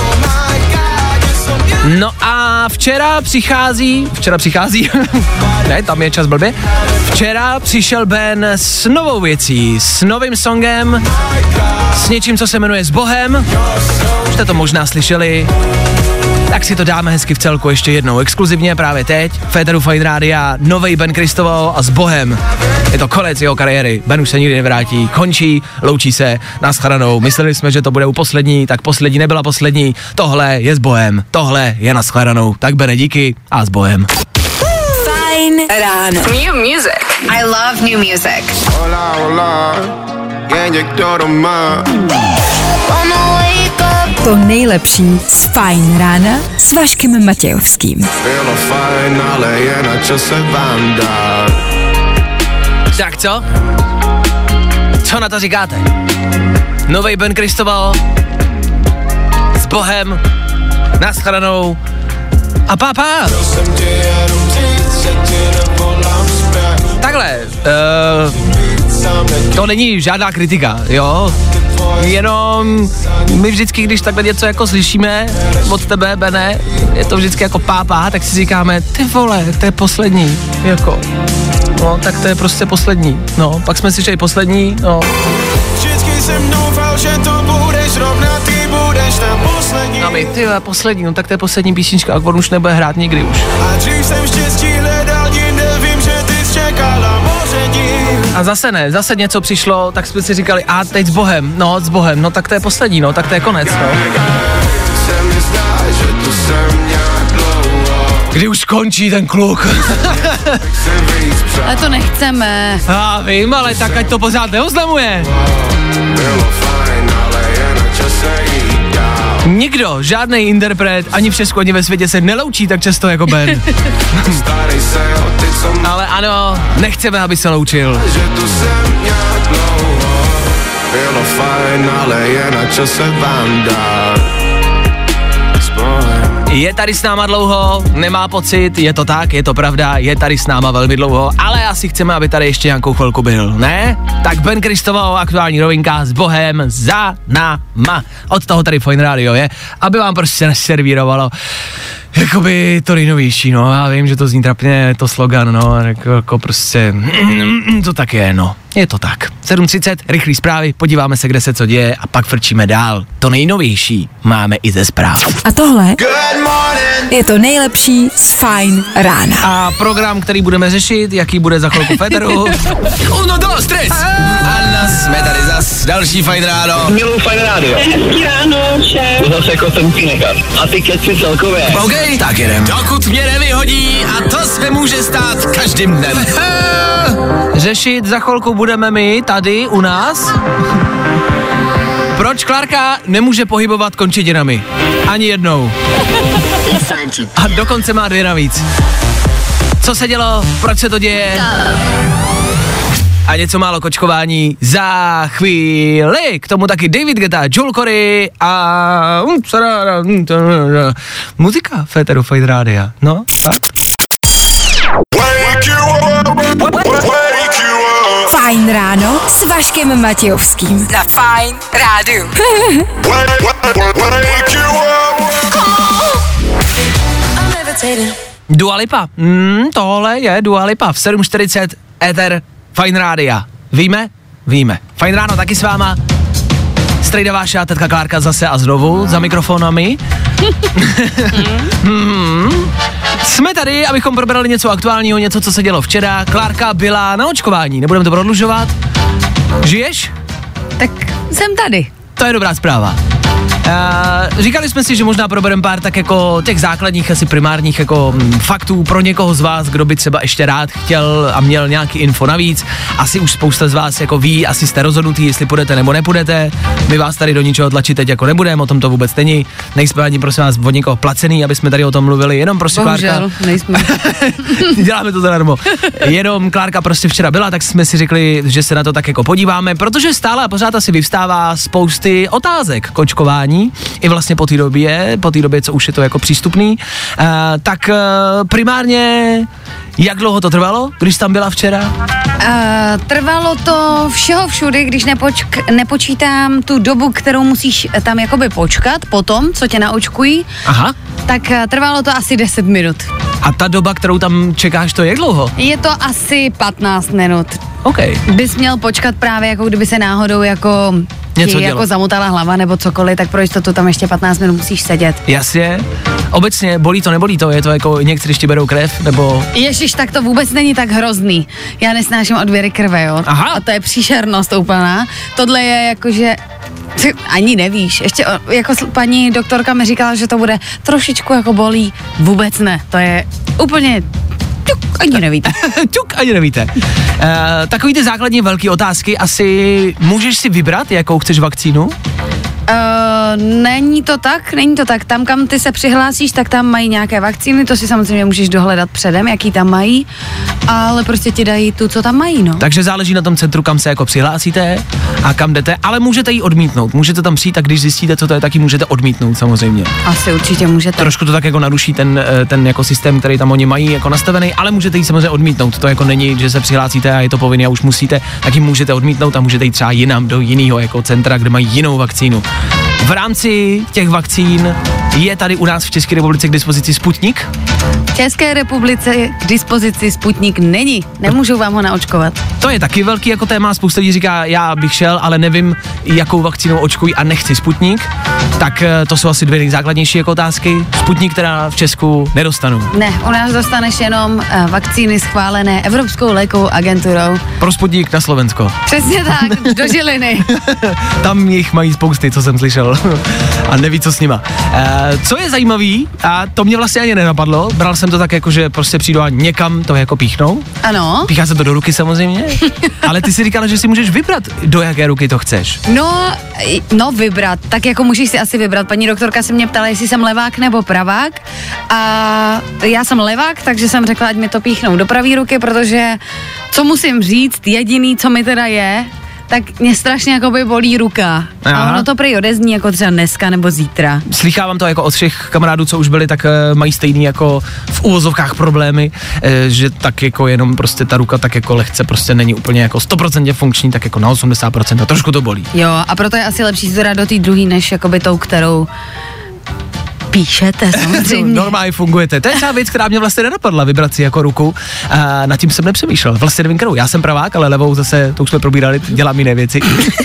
No a včera přichází, ne, tam je čas blbě. Včera přišel Ben s novou věcí, s novým songem, s něčím, co se jmenuje S Bohem. Už jste to možná slyšeli, tak si to dáme hezky v celku ještě jednou, exkluzivně právě teď. Féteru Fajn rádia, novej Ben Kristoval a S Bohem. Je to konec jeho kariéry, Ben už se nikdy nevrátí, končí, loučí se, nashledanou. Mysleli jsme, že to bude u poslední, tak poslední nebyla poslední. Tohle je S Bohem, tohle je nashledanou. Tak Bene, díky a S Bohem. Fajn ráno. New music. I love new music. Hola, hola, jen někdo doma. To nejlepší z Fajn rána s Vaškem Matějovským. Bylo fajn, ale je na čase vám dát. Tak co? Co na to říkáte? Novej Ben Kristoval S Bohem, nashledanou a pápa. Takhle, to není žádná kritika, jo? Jenom my vždycky, když takhle něco jako slyšíme od tebe, Bene, je to vždycky jako pápa, tak si říkáme, ty vole, to je poslední, jako, no, tak to je prostě poslední, no, pak jsme slyšeli poslední, no. Vždycky jsem doufal, že to budeš rovna, ty budeš ta poslední. A my, ty poslední, no tak to je poslední písnička, a on už nebude hrát nikdy už. A dřív jsem štěstí hledal, jinde vím, že ty jsi čekala moře díl. A zase něco přišlo, tak jsme si říkali, a teď S Bohem, no tak to je poslední, no tak to je konec, no. Se mi zdá, že tu jsem nějak dlouho. Kdy už skončí ten kluk? Ale to nechceme. Já vím, ale tak ať to pořád neoznamuje. Bylo fajn, ale je na čase jít dál. Nikdo, žádný interpret, ani v Česku, ani ve světě se neloučí tak často jako Ben. Starej se o ty, co má, Ale ano, nechceme, aby se loučil. že tu jsem nějak dlouho. Bylo fajn, ale je na čase vám dát. S Bohem. Je tady s náma dlouho, nemá pocit, je to tak, je to pravda, je tady s náma velmi dlouho, ale asi chceme, aby tady ještě nějakou chvilku byl, ne? Tak Ben Kristoval, aktuální novinka S Bohem za náma. Od toho tady Fajn rádio je, aby vám prostě neservírovalo jakoby to nejnovější, no, já vím, že to zní trapně, to slogan, no, jako prostě, to tak je, no, je to tak. 7:30, rychlý zprávy, podíváme se, kde se co děje a pak frčíme dál. To nejnovější máme i ze zpráv. A tohle Good morning. je to nejlepší z Fajn rána. A program, který budeme řešit, jaký bude za chvilku Féteru. Uno, dos, tres. Anna, jsme tady zas, další Fajn ráno. Miluji Fajn rádio. Hezký ráno, šéf. To zase jako jsem Pínekar. A ty keci celkově. OK, tak jedem. Dokud mě nevyhodí, a to se může stát každým dnem. Řešit za chvilku budeme my tady u nás. Proč Klárka nemůže pohybovat končetinami? Ani jednou. A dokonce má 2 navíc. Co se dělo? Proč se to děje? A něco málo kočkování za chvíli. K tomu taky David Guetta, Joel Corey a muzika Féteru Fajn rádia. No, tak. Wake you up. Wake you up. Fajn ráno s Vaškem Matějovským. Na Fajn rádiu. Wake you up. Dua Lipa. Tohle je Dua Lipa v 7:40 éter Fajn rádia. Víme? Víme. Fajn ráno taky s váma. Strejda Váša, tetka Klárka zase a znovu za mikrofonami. Jsme tady, abychom probrali něco aktuálního, něco, co se dělo včera. Klárka byla na očkování, nebudeme to prodlužovat. Žiješ? Tak jsem tady. To je dobrá zpráva. Říkali jsme si, že možná probereme pár tak jako těch základních, asi primárních jako faktů pro někoho z vás, kdo by třeba ještě rád chtěl a měl nějaký info navíc. Asi už spousta z vás jako ví, asi jste rozhodnutí, jestli půjdete nebo nepůjdete. My vás tady do ničeho tlačit teď jako nebudeme, o tom to vůbec není. Nejsme ani prosím vás od někoho placený, aby jsme tady o tom mluvili, jenom prostě Bohužel, Klárka. nejsme. Děláme to zadarmo. Jenom Klárka prostě včera byla, tak jsme si řekli, že se na to tak jako podíváme, protože stále a pořád asi vyvstává spousty otázek k očkování. I vlastně po té době, co už je to jako přístupný, tak primárně, jak dlouho to trvalo, když tam byla včera? Trvalo to všeho všudy, když nepočítám tu dobu, kterou musíš tam jakoby počkat potom, co tě naočkují. Aha. Tak trvalo to asi 10 minut. A ta doba, kterou tam čekáš, to je jak dlouho? Je to asi 15 minut. OK. Bys měl počkat právě, jako kdyby se náhodou jako jako zamotala hlava nebo cokoliv, tak pro jistotu tam ještě 15 minut musíš sedět. Jasně. Obecně, bolí to, nebolí to? Je to jako někteří ti berou krev, nebo... Ježiš, tak to vůbec není tak hrozný. Já nesnáším odběry krve, jo. Aha. A to je příšernost úplná. Tohle je jakože... Ani nevíš. Ještě jako paní doktorka mi říkala, že to bude trošičku jako bolí. Vůbec ne. To je úplně... Ani nevíte. Ani nevíte. Takový ty základní velké otázky, asi můžeš si vybrat, jakou chceš vakcínu? Není to tak. Tam, kam ty se přihlásíš, tak tam mají nějaké vakcíny, to si samozřejmě můžeš dohledat předem, jaký tam mají, ale prostě ti dají tu, co tam mají, no. Takže záleží na tom centru, kam se jako přihlásíte a kam jdete, ale můžete ji odmítnout. Můžete tam přijít a když zjistíte, co to je, tak ji můžete odmítnout samozřejmě. Asi určitě můžete. Trošku to tak jako naruší ten jako systém, který tam oni mají jako nastavený, ale můžete ji samozřejmě odmítnout. To jako není, že se přihlásíte a je to povinné a už musíte, tak ji můžete odmítnout a můžete jít třeba jinam do jiného jako centra, kde mají jinou vakcínu. V rámci těch vakcín je tady u nás v České republice k dispozici Sputnik? V České republice k dispozici Sputnik není. Nemůžou vám ho naočkovat. To je taky velký jako téma. Spousta lidí říká, já bych šel, ale nevím, jakou vakcínou očkují a nechci Sputnik. Tak to jsou asi dvě nejzákladnější jako otázky. Sputnik teda v Česku nedostanu. Ne, u nás dostaneš jenom vakcíny schválené Evropskou lékovou agenturou. Pro Sputnik na Slovensko. Přesně tak, do Žiliny. Tam jich mají spousty, co jsem slyšel. A neví, co s nima. Co je zajímavý, a to mě vlastně ani nenapadlo, bral jsem to tak jako, že prostě přijdu a někam to jako píchnou. Ano. Píchá se to do ruky samozřejmě, ale ty si říkala, že si můžeš vybrat, do jaké ruky to chceš. No vybrat, tak jako můžeš si asi vybrat. Paní doktorka se mě ptala, jestli jsem levák nebo pravák a já jsem levák, takže jsem řekla, ať mi to píchnou do pravé ruky, protože co musím říct, jediný, co mi teda je, tak mě strašně jakoby bolí ruka. Aha. A ono to prý odezní jako třeba dneska nebo zítra. Slychávám to jako od všech kamarádů, co už byli, tak mají stejný jako v uvozovkách problémy, že tak jako jenom prostě ta ruka tak jako lehce prostě není úplně jako 100% funkční, tak jako na 80% a trošku to bolí. Jo, a proto je asi lepší se dát do té druhé, než jakoby tou, kterou píšete samozřejmě. Normálně fungujete. To je třeba věc, která mě vlastně nenapadla, vybrat si jako ruku. Nad tím jsem nepřemýšlel. Vlastně nevím, kterou. Já jsem pravák, ale levou zase, to už jsme probírali, dělám jiné věci.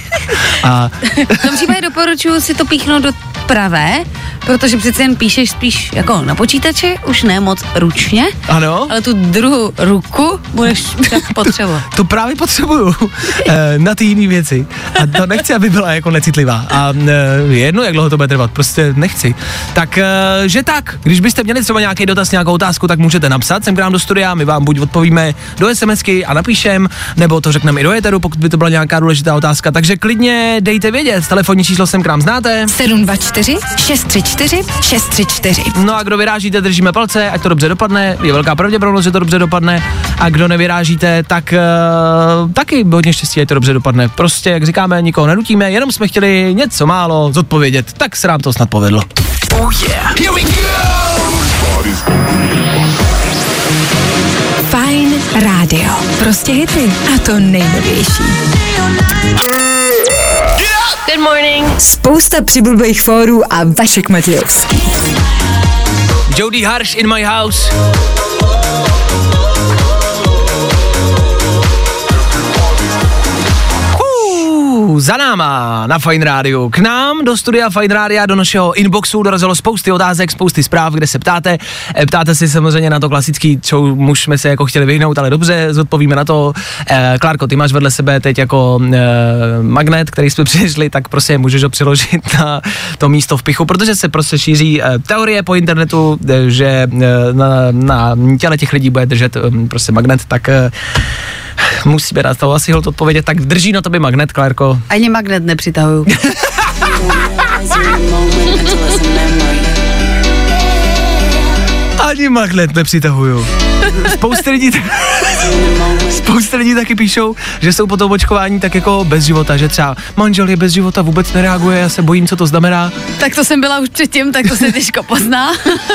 V tom případě doporučuji si to píchnout do pravé, protože přece jen píšeš spíš jako na počítači, už ne moc ručně. Ano. Ale tu druhou ruku budeš potřebovat. To právě potřebuju na ty jiné věci. A to nechci, aby byla jako necitlivá. A jedno, jak dlouho to bude trvat, prostě nechci. Tak, že tak, když byste měli třeba nějaký dotaz, nějakou otázku, tak můžete napsat sem k nám do studia, my vám buď odpovíme do SMSky a napíšem, nebo to řekneme i do éteru, pokud by to byla nějaká důležitá otázka. Takže klidně dejte vědět, telefonní číslo sem k nám znáte. 724 634 634. No a kdo vyrážíte, držíme palce, ať to dobře dopadne, je velká pravděpodobnost, že to dobře dopadne. A kdo nevyrážíte, tak taky hodně štěstí, ať to dobře dopadne. Prostě, jak říkáme, nikoho nenutíme, jenom jsme chtěli něco málo zodpovědět, tak se nám to snad povedlo. Oh yeah. Here we go. Fajn rádio. Prostě hity. A to nejnovější. Good morning. Spousta přibulbých fórů a Vašek Matějovský. Jody Harsh in my house. Vašku, za náma na Fine Rádiu. K nám do studia Fine Rádia, do našeho inboxu dorazilo spousty otázek, spousty zpráv, kde se ptáte. Ptáte si samozřejmě na to klasický, čo už jsme se jako chtěli vyhnout, ale dobře, zodpovíme na to. Klárko, ty máš vedle sebe teď jako magnet, který jsme přišli, tak prostě můžeš ho přiložit na to místo v pichu, protože se prostě šíří teorie po internetu, že na těle těch lidí bude držet prostě magnet, tak musíme na to asi holt odpovědět, tak drží na tobě magnet, Klárko. Ani magnet nepřitahuju. Ani magnet nepřitahuju. Spousta lidí taky píšou, že jsou po tom očkování tak jako bez života, že třeba manžel je bez života, vůbec nereaguje, já se bojím, co to znamená. Tak to jsem byla už předtím, tak to se těžko pozná.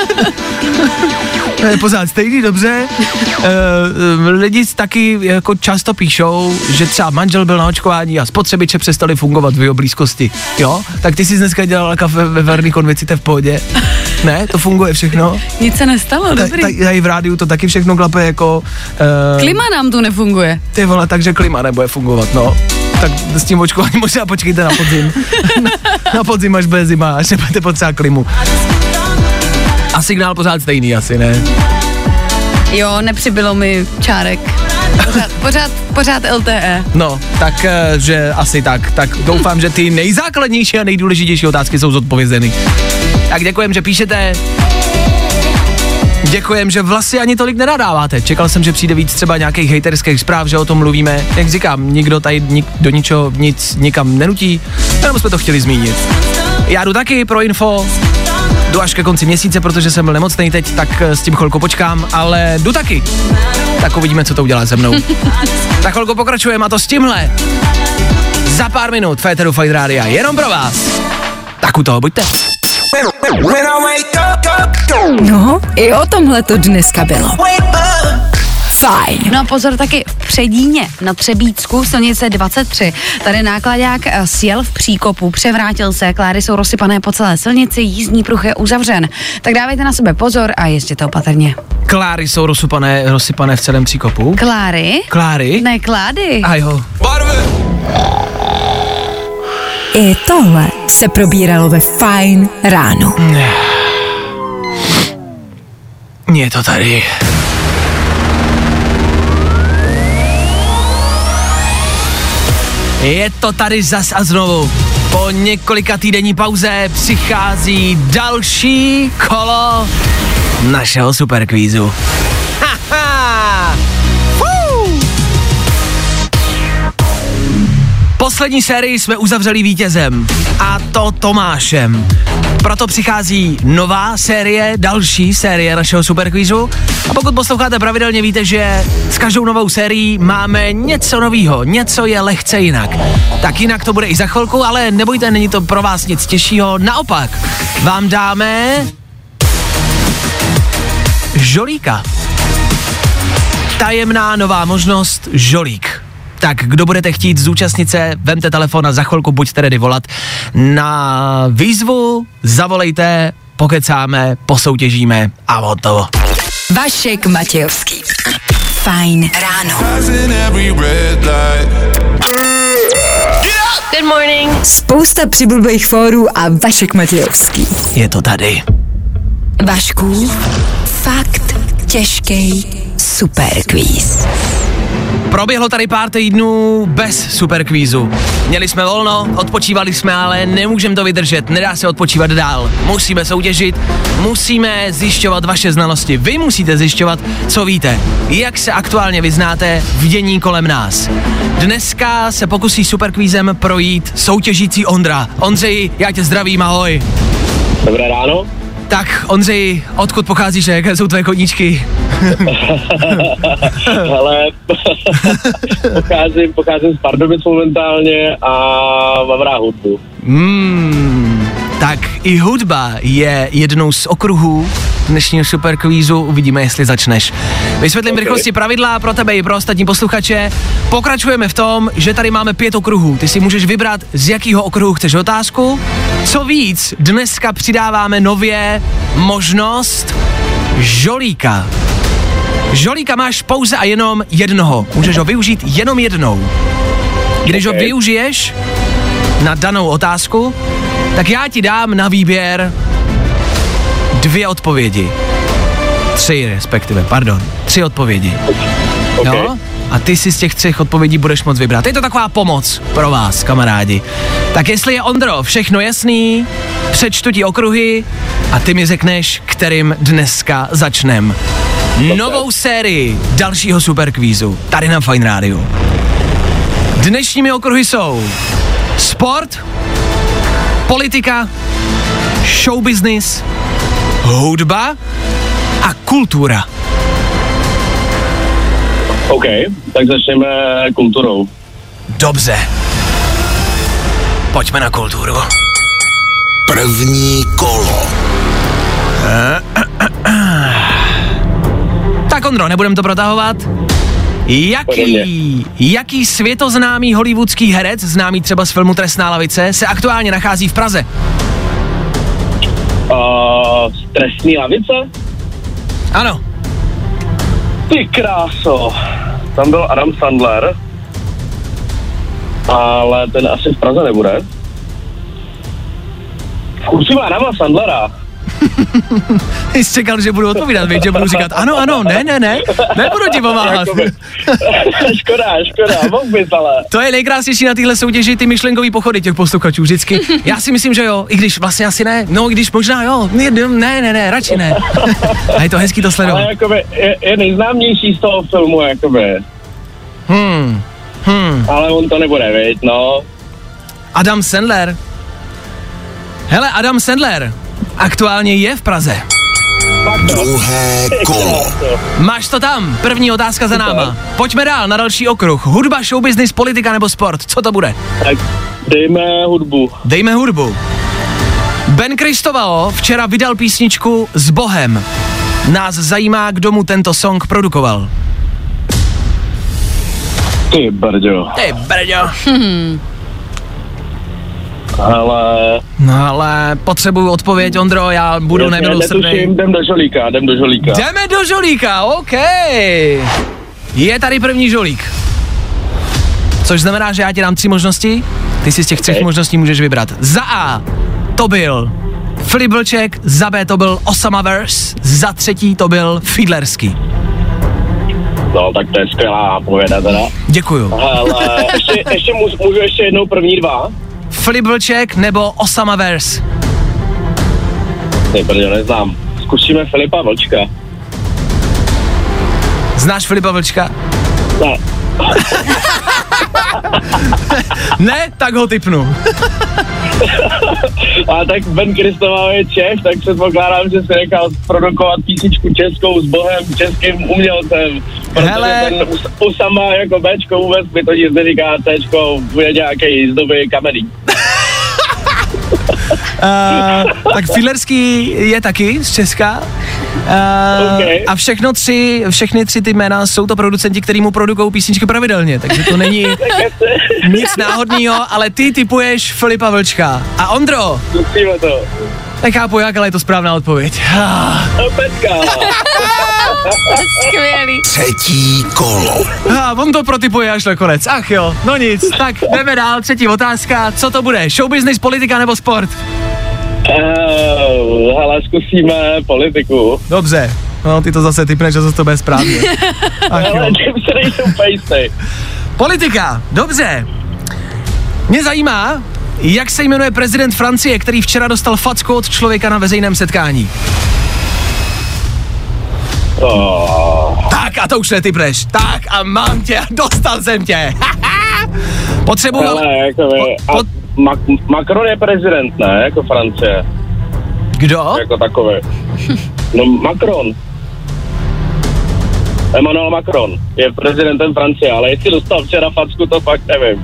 Pořád stejný, dobře. Lidi taky jako často píšou, že třeba manžel byl na očkování a spotřebiče přestali fungovat v jeho blízkosti. Jo? Tak ty jsi dneska dělala kafe ve Verní konvici, v pohodě. Ne, to funguje všechno. Nic se nestalo, dobrý. Tady v rádiu to taky všechno klape jako... Klima nám tu nefunguje. Ty vole, takže klima nebude fungovat, no. Tak s tím očkováním možná počkejte na podzim. na podzim až bude zima, až nebudete potřebovat klimu. A signál pořád stejný asi, ne? Jo, nepřibylo mi čárek. Pořád LTE. No, tak, že asi tak. Tak doufám, že ty nejzákladnější a nejdůležitější otázky jsou zodpovězeny. Tak děkujem, že píšete. Děkujem, že vlastně ani tolik nenadáváte. Čekal jsem, že přijde víc třeba nějakých hejterských zpráv, že o tom mluvíme. Jak říkám, nikdo tady do ničeho nic nikam nenutí, jenom jsme to chtěli zmínit. Já jdu taky pro info. Jdu až ke konci měsíce, protože jsem byl nemocnej teď, tak s tím chvilku počkám, ale jdu taky. Tak uvidíme, co to udělá se mnou. Tak chvilku pokračujeme a to s tímhle. Za pár minut Féteru Fine Rádia, jenom pro vás. Tak u toho buďte. No, i o tomhle to dneska bylo. Fajn. No a pozor taky v Předíně na Třebíčsku, silnice 23. Tady nákladák sjel v příkopu, převrátil se, kláry jsou rozsypané po celé silnici, jízdní pruh je uzavřen. Tak dávejte na sebe pozor a jezděte opatrně. Kláry jsou rozsypané v celém příkopu? Kláry? Kláry? Ne, klády. A jo. Barvy! I tohle se probíralo ve Fajn ráno. Je to tady. Je to tady zas a znovu. Po několika týdenní pauze přichází další kolo našeho superkvízu. Poslední sérii jsme uzavřeli vítězem, a to Tomášem. Proto přichází nová série, další série našeho superkvízu. A pokud posloucháte pravidelně, víte, že s každou novou sérií máme něco novýho, něco je lehce jinak. Tak jinak to bude i za chvilku, ale nebojte, není to pro vás nic těžšího. Naopak, vám dáme žolíka. Tajemná nová možnost žolík. Tak kdo budete chtít zúčastnit se, vemte telefon a za chvilku buďte ready volat na výzvu, zavolejte, pokecáme, posoutěžíme a hotovo. Vašek Matějovský. Fajn ráno. Good morning. Spousta přibulbých fórů a Vašek Matějovský. Je to tady. Vašku, fakt těžký superkvíz. Proběhlo tady pár týdnů bez superkvízu. Měli jsme volno, odpočívali jsme, ale nemůžeme to vydržet, nedá se odpočívat dál. Musíme soutěžit, musíme zjišťovat vaše znalosti. Vy musíte zjišťovat, co víte, jak se aktuálně vyznáte v dění kolem nás. Dneska se pokusí superkvízem projít soutěžící Ondra. Ondřeji, já tě zdravím, ahoj. Dobré ráno. Tak, Ondřej, odkud pocházíš, jaké jsou tvoje koníčky? Hele, pocházím z Pardubic momentálně a mám rád hudbu. Tak i hudba je jednou z okruhů dnešního superkvízu, uvidíme, jestli začneš. Vysvětlím v rychlosti pravidla pro tebe i pro ostatní posluchače. Pokračujeme v tom, že tady máme 5 okruhů. Ty si můžeš vybrat, z jakého okruhu chceš otázku. Co víc, dneska přidáváme nově možnost žolíka. Žolíka máš pouze a jenom jednoho. Můžeš ho využít jenom jednou. Když ho využiješ, na danou otázku, tak já ti dám na výběr 2 odpovědi. 3 odpovědi. Okay. Jo? A ty si z těch 3 odpovědí budeš moct vybrat. Je to taková pomoc pro vás, kamarádi. Tak jestli je, Ondro, všechno jasný, přečtu ti okruhy a ty mi řekneš, kterým dneska začnem. Novou sérii dalšího superkvízu tady na Fajn rádiu. Dnešními okruhy jsou sport, politika, showbusiness, hudba a kultura. OK, tak začneme kulturou. Dobře. Pojďme na kulturu. První kolo. Tak Ondro, nebudem to protahovat. Jaký světoznámý hollywoodský herec, známý třeba z filmu Trestná lavice, se aktuálně nachází v Praze? Trestní lavice? Ano. Ty kráso. Tam byl Adam Sandler, ale ten asi v Praze nebude. Zkusíme Adama Sandlera. Jsi čekal, že budu odpovídat, víš, že budu říkat ano, ne, nebudu ti pomáhat. Škoda, mohl bys ale. To je nejkrásnější na téhle soutěži, ty myšlenkový pochody těch posluchačů vždycky. Já si myslím, že jo, i když vlastně asi ne, no i když možná jo, ne, radši ne. A je to hezký to sledovat. Ale jakoby je nejznámější z toho filmu, jakoby. Ale on to nebude, viď, no. Adam Sandler. Hele, Adam Sandler aktuálně je v Praze. Druhé kolo. Máš to tam, první otázka za náma. Pojďme dál na další okruh. Hudba, showbusiness, politika nebo sport, co to bude? Tak dejme hudbu. Ben Cristovao včera vydal písničku S Bohem. Nás zajímá, kdo mu tento song produkoval. Ty brďo. Ale potřebuju odpověď, Ondro, já budu nemilosrdný. Jdem do žolíka. Jdeme do žolíka, OK. Je tady první žolík. Což znamená, že já ti dám 3 možnosti. Ty si z těch 3 možností můžeš vybrat. Za A to byl Filip Vlček, za B to byl Osama Verse, za 3 to byl Fiedlerský. No, tak to je skvělá pověda teda. Děkuju. Ale ještě můžu ještě jednou první 2? Filip Vlček nebo Osama Verse? Neznám. Zkusíme Filipa Vlčka. Znáš Filipa Vlčka? Ne. Ne? Tak ho tipnu. A tak Ben Cristovao je Čech, tak předpokládám, že se nechal produkovat písničku českou s Bohem, českým umělcem. Protože ten Osama jako Bčko vůbec mi to nic neříká, Cčko bude nějaký z doby kamení. Tak Fiedlerský je taky z Česka. Okay. A všechny 3 ty jména jsou to producenti, který mu produkují písničky pravidelně, takže to není nic náhodného, ale ty tipuješ Filipa Vlčka. A Ondro, zkusíme to. nechápu jak, ale je to správná odpověď. Petka. Skvělý. Třetí kolo. On to protipuje až nakonec. Ach jo, no nic, tak jdeme dál, 3. otázka. Co to bude? Showbusiness, politika nebo sport? Hele, zkusíme politiku. Dobře, no ty to zase typneš, že zase to bude správně. Ach jo. Ale tím se nejsem fejstej. Politika, dobře. Mě zajímá, jak se jmenuje prezident Francie, který včera dostal facku od člověka na veřejném setkání. Tak a to už netypneš. Tak a mám tě, dostal jsem tě. Potřebuji... Macron je prezident, ne? Jako Francie. Kdo? Jako takový. No Macron. Emmanuel Macron je prezidentem Francie, ale jestli dostal včera facku, to fakt nevím.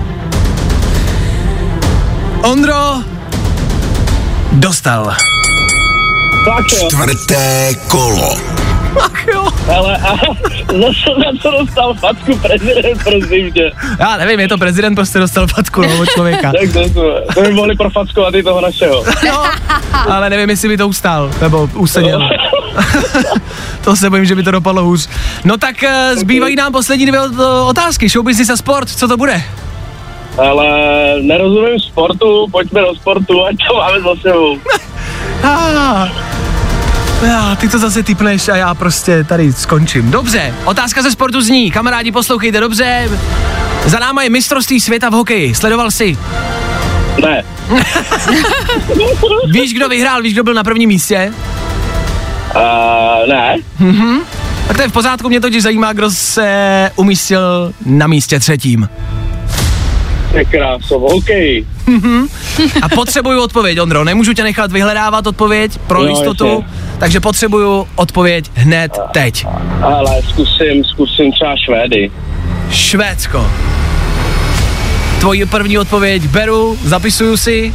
Ondro dostal. Čtvrté kolo. Ach jo. Ale za co dostal facku prezident, prosím tě? Já nevím, je to prezident, prostě dostal facku od člověka. Tak to by mohli profackovat i toho našeho. No, ale nevím, jestli by to ustál, nebo useděl. To se bojím, že by to dopadlo hůř. No tak zbývají nám poslední 2 otázky. Showbusiness a sport, co to bude? Ale nerozumím sportu, pojďme do sportu, ať to máme za sebou. Ty to zase tipneš a já prostě tady skončím. Dobře, otázka ze sportu zní, kamarádi, poslouchejte dobře. Za náma je mistrovství světa v hokeji, sledoval jsi? Ne. Víš, kdo vyhrál, víš, kdo byl na prvním místě? Ne. Tak to je v pořádku, mě totiž zajímá, kdo se umístil na místě 3. Je kráso, hokej. A potřebuju odpověď, Ondro, nemůžu tě nechat vyhledávat odpověď pro jistotu, ještě. Takže potřebuju odpověď hned teď. Ale zkusím třeba Švédy. Švédsko. Tvoji první odpověď beru, zapisuju si.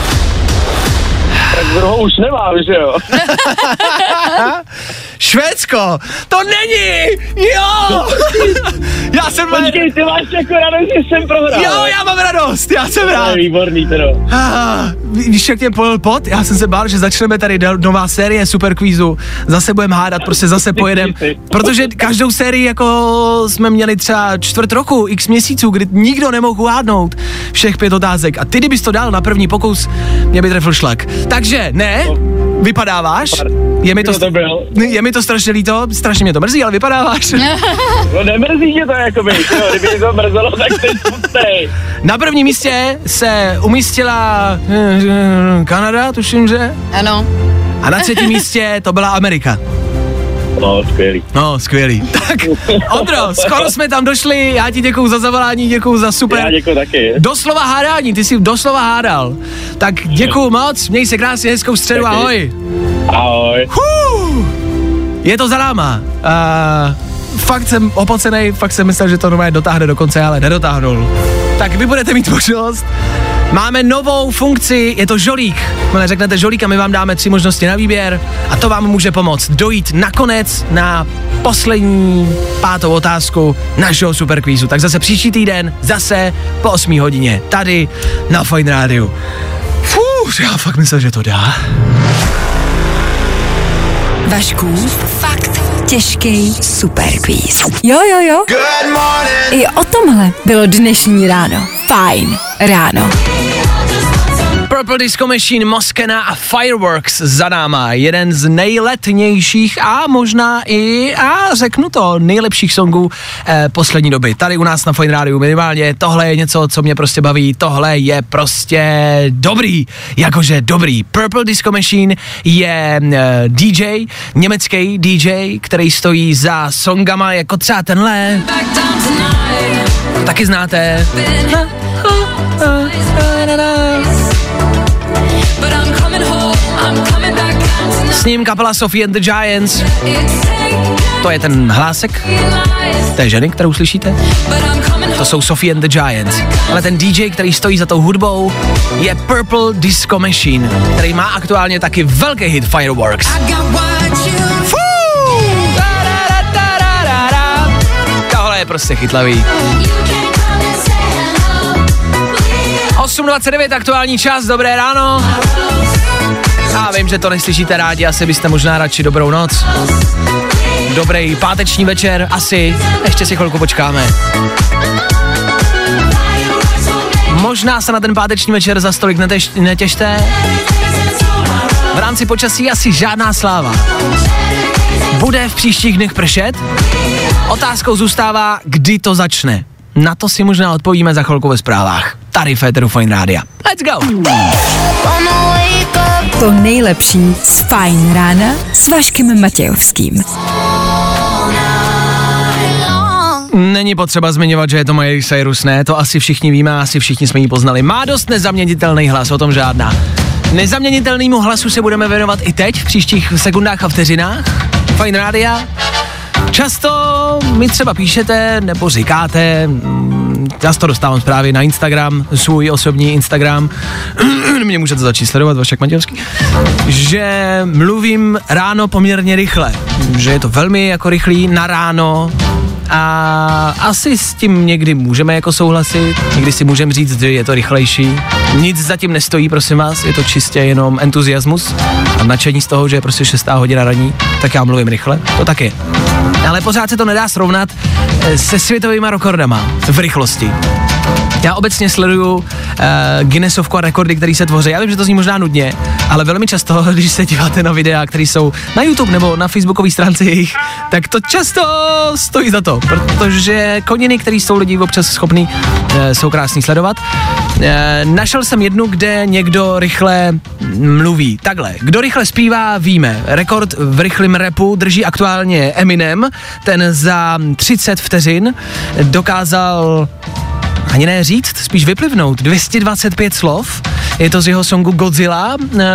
Tak druhou už nemám, že jo? Švédsko, to není, jo! Já jsem... Počkej, ty máš jako radost, že jsem prohrál. Jo, já mám radost, já jsem rád. To je výborný teda. Víš, jak mě polil pot? Já jsem se bál, že začneme tady nová série Superkvízu. Zase budeme hádat, prostě zase pojedem. Protože každou sérii jako jsme měli třeba 4 roku, x měsíců, kdy nikdo nemohl uhádnout všech 5 otázek. A ty, kdybys to dal na první pokus, mě by trefil šlak. Takže ne, vypadáváš. Je mi to strašně líto, strašně mě to mrzí, ale vypadáváš. No nemrzí tě to jakoby, jo, kdyby to mrzelo, tak jsi smutnej. Na prvním místě se umístila Kanada, tuším, že? Ano. A na 3. místě to byla Amerika. No, skvělý. Tak, Ondro, skoro jsme tam došli, já ti děkuju za zavolání, děkuju za super. Já děkuju taky. Doslova hádání, ty jsi doslova hádal. Tak děkuju moc, měj se krásně, hezkou středu, taky. Ahoj. Ahoj. Je to za náma. Fakt jsem opocenej, fakt jsem myslel, že to normálně dotáhne do konce, ale nedotáhnul. Tak vy budete mít možnost. Máme novou funkci, je to žolík. Řeknete žolík a my vám dáme 3 možnosti na výběr a to vám může pomoct dojít nakonec na poslední 5. otázku našeho superkvízu. Tak zase příští týden, zase po 8 hodině, tady na Fajn rádiu. Já fakt myslel, že to dá. Vaškův fakt těžký superkvíz. Jo. I o tomhle bylo dnešní ráno. Fajn ráno. Purple Disco Machine, Moskena a Fireworks za náma. Jeden z nejletnějších a možná i, řeknu to, nejlepších songů poslední doby. Tady u nás na Fajn rádiu minimálně. Tohle je něco, co mě prostě baví. Tohle je prostě dobrý. Jakože dobrý. Purple Disco Machine je DJ, německý DJ, který stojí za songama jako třeba tenhle. Taky znáte. S ním kapela Sophie and the Giants. To je ten hlásek té ženy, kterou slyšíte. To jsou Sophie and the Giants. Ale ten DJ, který stojí za tou hudbou, je Purple Disco Machine, který má aktuálně taky velký hit Fireworks. Tohle je prostě chytlavý. 8:29 aktuální čas, dobré ráno. Já vím, že to neslyšíte rádi, asi byste možná radši dobrou noc. Dobrý páteční večer, asi, ještě si chvilku počkáme. Možná se na ten páteční večer za stolik netěšte. V rámci počasí asi žádná sláva. Bude v příštích dnech pršet? Otázkou zůstává, kdy to začne. Na to si možná odpovíme za chvilku ve zprávách. Tady v éteru Fajn rádia. Let's go! To nejlepší z Fajn rána s Vaškem Matějovským. Není potřeba zmiňovat, že je to Miley Cyrus, ne? To asi všichni víme, asi všichni jsme ji poznali. Má dost nezaměnitelný hlas, o tom žádná. Nezaměnitelnému hlasu se budeme věnovat i teď, v příštích sekundách a vteřinách. Fajn rádia. Často mi třeba píšete nebo říkáte, často dostávám zprávy na Instagram, svůj osobní Instagram, mě můžete začít sledovat, Vašek Matějovský, že mluvím ráno poměrně rychle, že je to velmi jako rychlý na ráno a asi s tím někdy můžeme jako souhlasit, někdy si můžeme říct, že je to rychlejší. Nic zatím nestojí, prosím vás, je to čistě jenom entuziasmus a nadšení z toho, že je prostě 6. hodina ranní, tak já mluvím rychle, to taky. Ale pořád se to nedá srovnat se světovýma rekordama v rychlosti. Já obecně sleduju Guinnessovku a rekordy, které se tvoří. Já vím, že to zní možná nudně, ale velmi často, když se díváte na videa, které jsou na YouTube nebo na facebookové stránce jejich, tak to často stojí za to, protože koniny, které jsou lidi občas schopný, jsou krásný sledovat. Našel jsem jednu, kde někdo rychle mluví. Takhle, kdo rychle zpívá, víme. Rekord v rychlém rapu drží aktuálně Eminem, ten za 30 vteřin dokázal ani ne říct, spíš vyplivnout 225 slov. Je to z jeho songu Godzilla.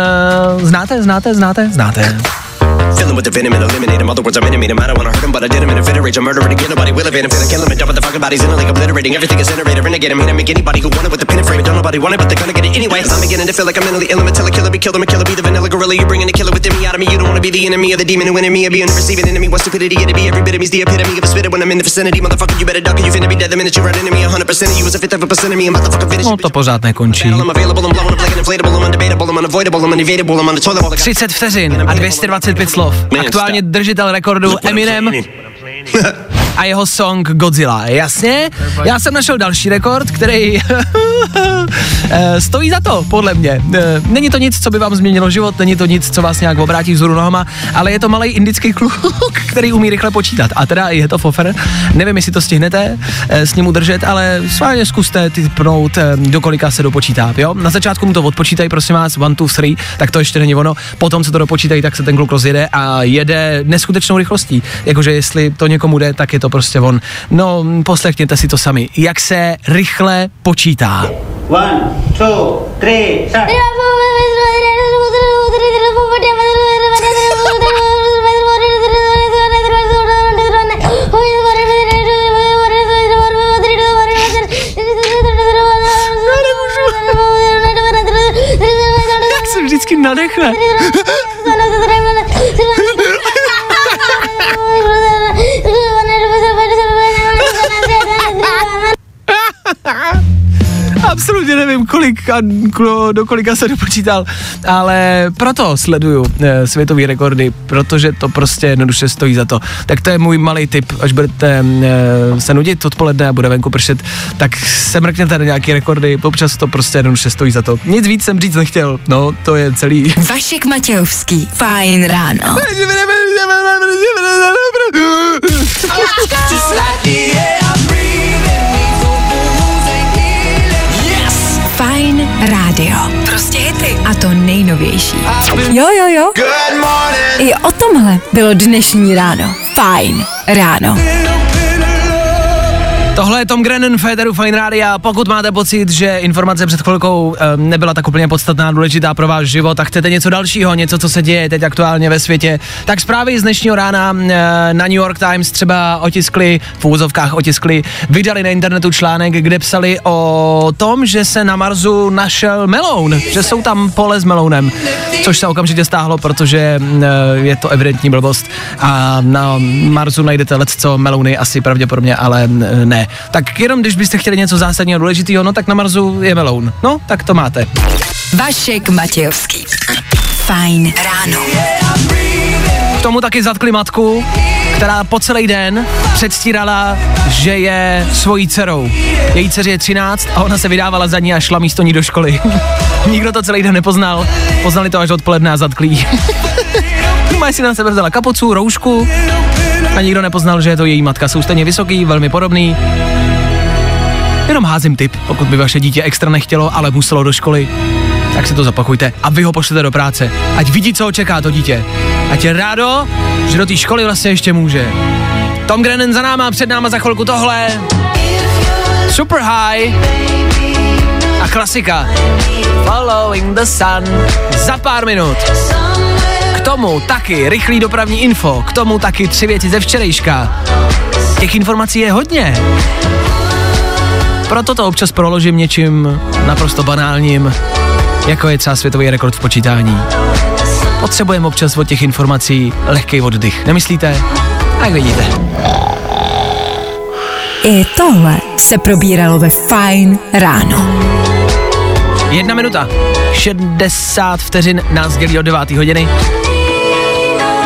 Znáte? Filling with the venom and eliminate him. Other words, I'm intimate him. I don't wanna hurt him, but I did him in a fit of rage. I'm murdering again, nobody will evade him. Finna kill him and dump the fucking bodies in a lake, obliterating everything is incinerator. Renegade him, hit him, make anybody who want it with the pin and frame. Don't nobody want it, but they're gonna get it anyway. I'm beginning to feel like I'm mentally ill. I'm a killer, be killed, I'm a killer, be the vanilla gorilla. You bringing the killer within me out of me. You don't wanna be the enemy of the demon who in me. I be the receiving enemy. What stupidity it'd be. Every bit of me's the epitome of a spitter when I'm in the vicinity. Motherfucker, you better duck or you finna be dead the minute you run into me. 100% of you is a fifth of a percent of me. I'm about to fucking finish. No to pořád nekončí. I'm available, I'm blowing up like an inflatable. I'm undebatable, I'm unavoidable, I'm unevadable, I'm on the toilet bowl. 30 vteřin a 225 slov. Aktuálně držitel rekordu Eminem a jeho song Godzilla. Jasně? Já jsem našel další rekord, který stojí za to, podle mě. Není to nic, co by vám změnilo život, není to nic, co vás nějak obrátí vzhůru nohama, ale je to malej indický kluk, který umí rychle počítat. A teda je to fofer. Nevím, jestli to stihnete s ním udržet, ale sválně zkuste typnout, do kolika se dopočítá. Jo? Na začátku mu to odpočítají, prosím vás, 1, 2, 3, tak to ještě není ono. Potom se to dopočítají, tak se ten kluk rozjede a jede neskutečnou rychlostí. Jakože jestli to někomu jde, tak je to prostě on. No, poslechněte si to sami. Jak se rychle počítá. 1, 2, 3, start. Jak se vždycky nadechne. Absolutně nevím, do kolika se dopočítal, ale proto sleduju světový rekordy, protože to prostě jednoduše stojí za to. Tak to je můj malý tip, až budete se nudit odpoledne a bude venku pršet, tak se mrkněte na nějaký rekordy, občas to prostě jednoduše stojí za to. Nic víc jsem říct nechtěl, no to je celý. Vašek Matějovský, Fajn ráno. Fajn rádio. Prostě hity. A to nejnovější. Jo. I o tomhle bylo dnešní ráno. Fajn ráno. Tohle je Tom Grennan, Féteru Fajn rádia. Pokud máte pocit, že informace před chvilkou nebyla tak úplně podstatná, důležitá pro váš život a chcete něco dalšího, něco, co se děje teď aktuálně ve světě, tak zprávy z dnešního rána na New York Times třeba vydali na internetu článek, kde psali o tom, že se na Marsu našel meloun, že jsou tam pole s melounem, což se okamžitě stáhlo, protože je to evidentní blbost a na Marsu najdete lecco melouny asi pravděpodobně, ale ne. Tak jenom když byste chtěli něco zásadního důležitého, no tak na Marsu je meloun. No, tak to máte. Vašek Matějovský. Fajn ráno. K tomu taky zatkli matku, která po celý den předstírala, že je svojí dcerou. Její dceři je 13 a ona se vydávala za ní a šla místo ní do školy. Nikdo to celý den nepoznal, poznali to až odpoledne a zatkli jí. Má si na sebe vzala kapucu, roušku a nikdo nepoznal, že je to její matka. Jsou stejně vysoký, velmi podobný. Jenom házím tip, pokud by vaše dítě extra nechtělo, ale muselo do školy, tak si to zapakujte a vy ho pošlete do práce. Ať vidí, co ho čeká to dítě. Ať je rádo, že do té školy vlastně ještě může. Tom Grennan za náma, před náma za chvilku tohle. Super High a klasika Following the Sun za pár minut. K tomu taky rychlý dopravní info, k tomu taky 3 věci ze včerejška. Těch informací je hodně. Proto to občas proložím něčím naprosto banálním, jako je třeba světový rekord v počítání. Potřebujeme občas od těch informací lehkej oddych, nemyslíte? Tak vidíte. I tohle se probíralo ve Fajn ráno. 1 minuta, 60 vteřin nás dělí od 9 hodiny.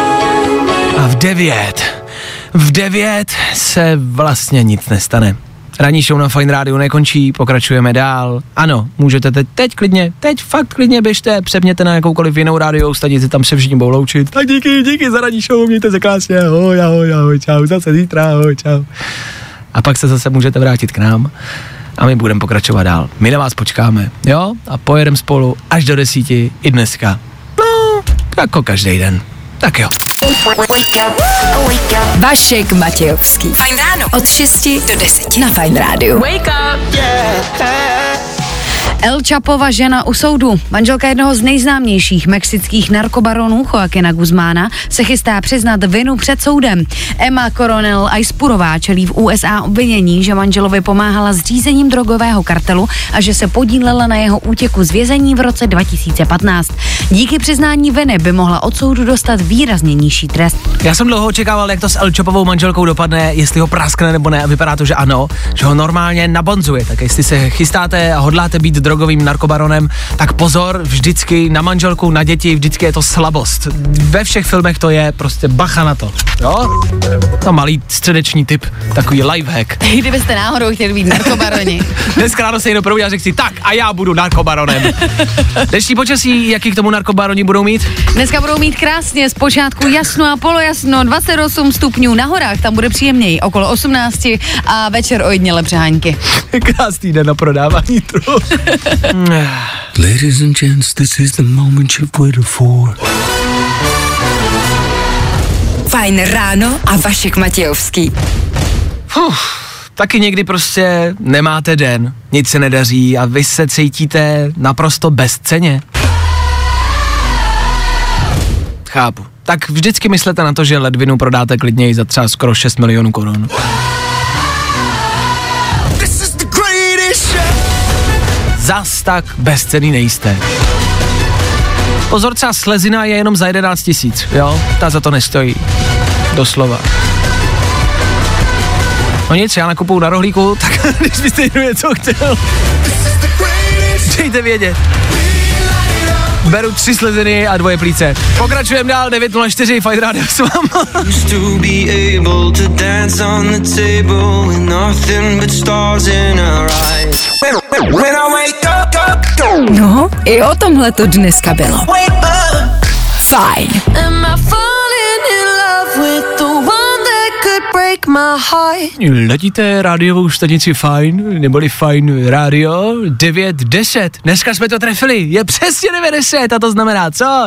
A v 9 se vlastně nic nestane. Ranní show na Fajn rádiu nekončí, pokračujeme dál. Ano, můžete teď fakt klidně běžte, přepněte na jakoukoliv jinou rádiou stanici, tam se všichni budou loučit. Tak díky za ranní show, mějte se krásně, ahoj, čau, zase zítra, ahoj, čau. A pak se zase můžete vrátit k nám a my budeme pokračovat dál. My na vás počkáme, jo? A pojedeme spolu až do 10 i dneska. No, jako každý den. Tak jo. Vašek Matějovský. Fajn ráno. Od 6 do 10 na Fajn rádiu. Wake up. El Chapova žena u soudu. Manželka jednoho z nejznámějších mexických narkobaronů Joaquina Guzmána se chystá přiznat vinu před soudem. Emma Coronel Aispurová čelí v USA obvinění, že manželovi pomáhala s řízením drogového kartelu a že se podílela na jeho útěku z vězení v roce 2015. Díky přiznání viny by mohla od soudu dostat výrazně nižší trest. Já jsem dlouho očekával, jak to s El Chapovou manželkou dopadne, jestli ho praskne nebo ne, a vypadá to, že ano, že ho normálně nabonzuje. Tak jestli se chystáte a hodláte být drogovým narkobaronem, tak pozor, vždycky na manželku, na děti, vždycky je to slabost. Ve všech filmech to je prostě bacha na to, jo? To malý středeční tip, takový lifehack. Kdybyste náhodou chtěli být narkobaroni. Dneska ráno se jenom probudí a řekl si, tak a já budu narkobaronem. Dnešní počasí, jaký k tomu narkobaroni budou mít? Dneska budou mít krásně, zpočátku jasno a polojasno, 28 stupňů, na horách tam bude příjemněji, okolo 18 a večer ojedněle přehánky. Krásný den na prodávání trhu. Ladies and gents, this is the moment you've waited for. Fajn ráno a Vašek Matějovský. Taky někdy prostě nemáte den, nic se nedaří a vy se cítíte naprosto bezcenně. Chápu. Tak vždycky myslete na to, že ledvinu prodáte klidně i za třeba skoro 6 milionů korun. Zas tak bezcenný nejste. Pozor, třeba slezina je jenom za 11 000, jo? Ta za to nestojí. Doslova. No nic, já nakupuju na rohlíku, tak když byste jenom něco chtěl, dejte vědět. Beru 3 sleziny a 2 plíce. Pokračujeme dál, 9:04, Fajn rádio s váma. No, i o tomhle to dneska bylo. Fajn. Ladíte rádiovou stanici Fajn, neboli Fajn rádio 9:10. Dneska jsme to trefili, je přesně 9:10 a to znamená co?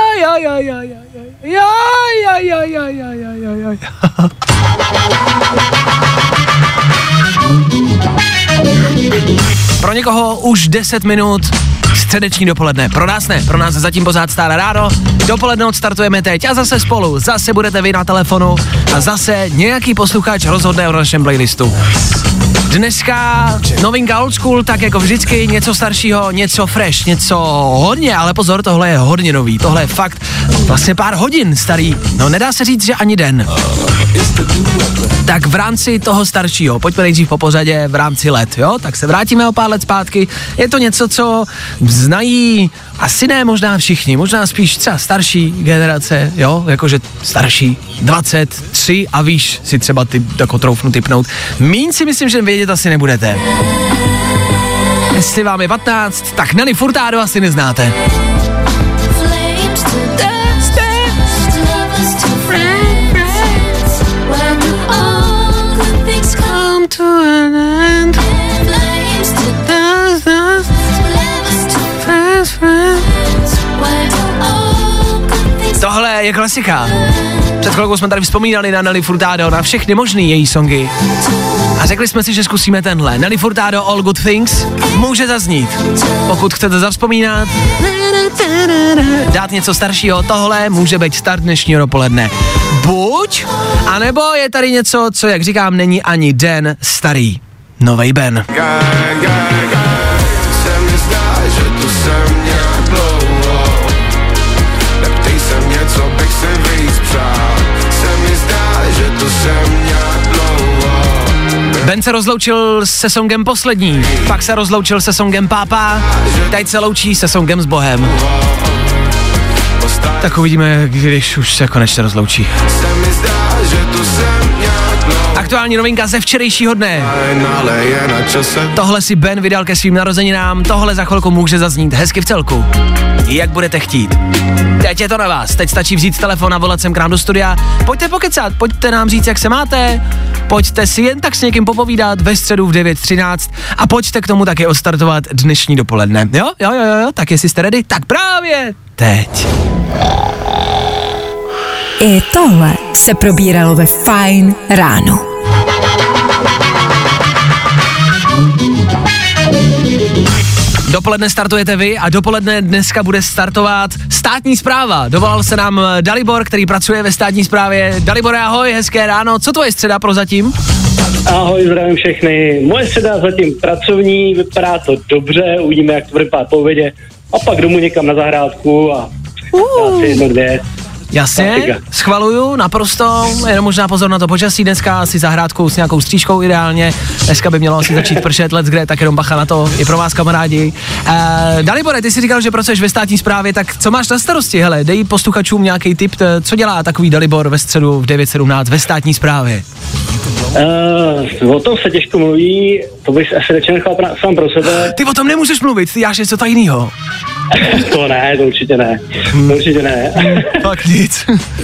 Pro někoho už 10 minut středeční dopoledne. Pro nás ne, pro nás zatím pořád stále ráno. Dopoledne odstartujeme teď a zase spolu. Zase budete vy na telefonu a zase nějaký posluchač rozhodne o našem playlistu. Dneska novinka old school, tak jako vždycky, něco staršího, něco fresh, něco hodně, ale pozor, tohle je hodně nový, tohle je fakt vlastně pár hodin starý, no nedá se říct, že ani den. Tak v rámci toho staršího, pojďme nejdřív po pořadě v rámci let, jo, tak se vrátíme o pár let zpátky, je to něco, co znají asi ne možná všichni, možná spíš třeba starší generace, jo, jakože starší, 23 a výš si třeba ty jako troufnu tipnout. Míň si myslím, že vědět asi nebudete. Jestli vám je 15, tak Nelly Furtado asi neznáte. Tohle je klasika. Před chvilkou jsme tady vzpomínali na Nelly Furtado, na všechny možný její songy. A řekli jsme si, že zkusíme tenhle. Nelly Furtado, All Good Things, může zaznít. Pokud chcete zavzpomínat, dát něco staršího, tohle může být start dnešního dopoledne. Buď, anebo je tady něco, co, jak říkám, není ani den starý. Novej Ben. Ben se rozloučil se songem Poslední, pak se rozloučil se songem Pápa, teď se loučí se songem S Bohem. Tak uvidíme, když už se konečně rozloučí. Aktuální novinka ze včerejšího dne. Tohle si Ben vydal ke svým narozeninám, tohle za chvilku může zaznít hezky v celku. Jak budete chtít. Teď je to na vás, teď stačí vzít telefon a volat sem k nám do studia. Pojďte pokecat, pojďte nám říct, jak se máte, pojďte si jen tak s někým popovídat ve středu v 9:13 a pojďte k tomu taky odstartovat dnešní dopoledne. Jo, tak jestli jste ready, tak právě teď. I tohle se probíralo ve Fajn ráno. Dopoledne startujete vy a dopoledne dneska bude startovat státní správa. Dovolal se nám Dalibor, který pracuje ve státní správě. Dalibore, ahoj, hezké ráno. Co tvoje středa prozatím? Ahoj, zdravím všechny. Moje středa zatím pracovní, vypadá to dobře, uvidíme, jak to bude vypadat po obědě. A pak domů někam na zahrádku a dát si 1-2. Jasně, schvaluju, naprosto, jenom možná pozor na to počasí, dneska asi zahrádkou s nějakou střížkou ideálně, dneska by mělo asi začít pršet, let's tak jenom bacha na to, i pro vás kamarádi. Dalibore, ty jsi říkal, že pracuješ ve státní správě, tak co máš na starosti, hele, dej posluchačům nějaký tip, co dělá takový Dalibor ve středu v 9:17 ve státní správě? O tom se těžko mluví, to bych asi radši nechal sám pro sebe. Ty o tom nemůžeš mluvit, ty děláš něco tajného. To ne, to určitě ne. Tak nic.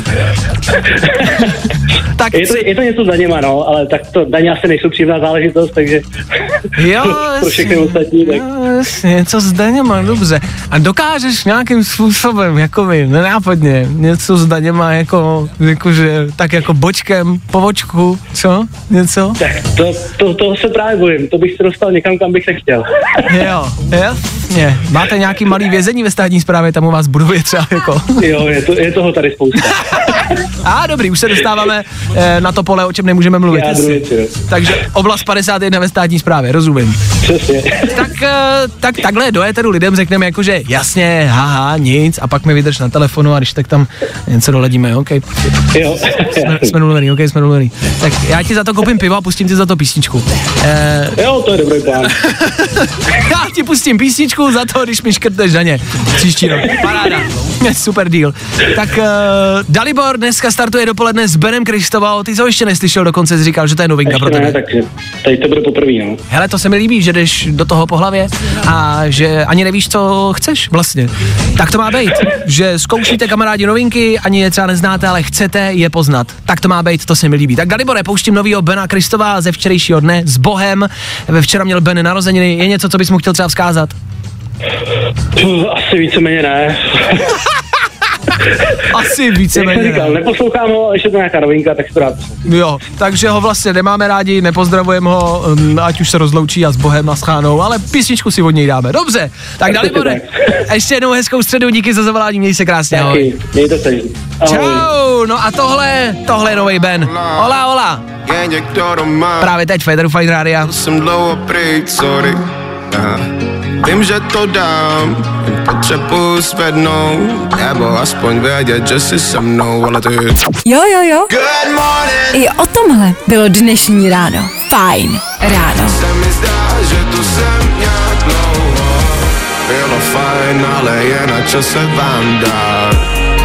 Tak je to něco s daněma, no, ale tak to daně asi nejsou příjemná záležitost, takže jo, pro všechny ostatní. Tak. Jasně, něco s daněma, dobře. A dokážeš nějakým způsobem, jako vy, nenápadně, něco s daněma, jakože, tak jako bočkem, po vočku, co? Něco? Tak toho se právě bojím, to bych se dostal někam, kam bych nechtěl. Jo, jasně. Máte nějaký malý vězení ve státní správě, tam u vás budově třeba, jako? Jo, je toho tady spousta. Dobrý, už se dostáváme na to pole, o čem nemůžeme mluvit. Takže oblast 51 ve státní správě, rozumím. Přesně. Tak takhle do éteru lidem řekneme jakože jasně, haha, nic, a pak mi vydrž na telefonu a když tak tam něco doladíme, OK. Jo. Jsme domluvený. Tak já ti za to koupím pivo a pustím ti za to písničku. Jo, to je dobrý plán. Já ti pustím písničku za to, když mi škrtneš daně. Příští rok. Paráda. Super deal. Tak Dalibor dneska startuje dopoledne s Benem Kristovou. Ty jsi ho ještě neslyšel, dokonce jsi říkal, že to je novinka pro tebe. Ne, tak tady to bude poprvé, no. Hele, to se mi líbí, že jdeš do toho po hlavě a že ani nevíš, co chceš vlastně. Tak to má být, že zkoušíte kamarádi novinky, ani je třeba neznáte, ale chcete je poznat. Tak to má být, to se mi líbí. Tak Dalibore, pouštím novýho Bena Kristova ze včerejšího dne s Bohem. Včera měl Ben narozeniny, je něco, co bys mu chtěl třeba vzkázat? Asi víceméně ne. Asi víceméně ne. Neposlouchám ho, ještě to nějaká novinka, tak rád. Jo, takže ho vlastně nemáme rádi, nepozdravujeme ho, ať už se rozloučí a s Bohem a s Chánou, ale písničku si od něj dáme. Dobře, tak Dalibore, ještě jednou hezkou středu, díky za zavolání, měj se krásně, ahoj. Mějte se. Čau, no a tohle je novej Ben. Hola. Právě teď Federu Fajn Rádia. Vím, že to dám, potřebuji zvednout, nebo aspoň vědět, že jsi se mnou, ale ty... Jo. Good morning. I o tomhle bylo dnešní ráno. Fajn ráno. Se mi zdá, že tu jsem nějak dlouho, bylo fajn, ale je na čase vám dát.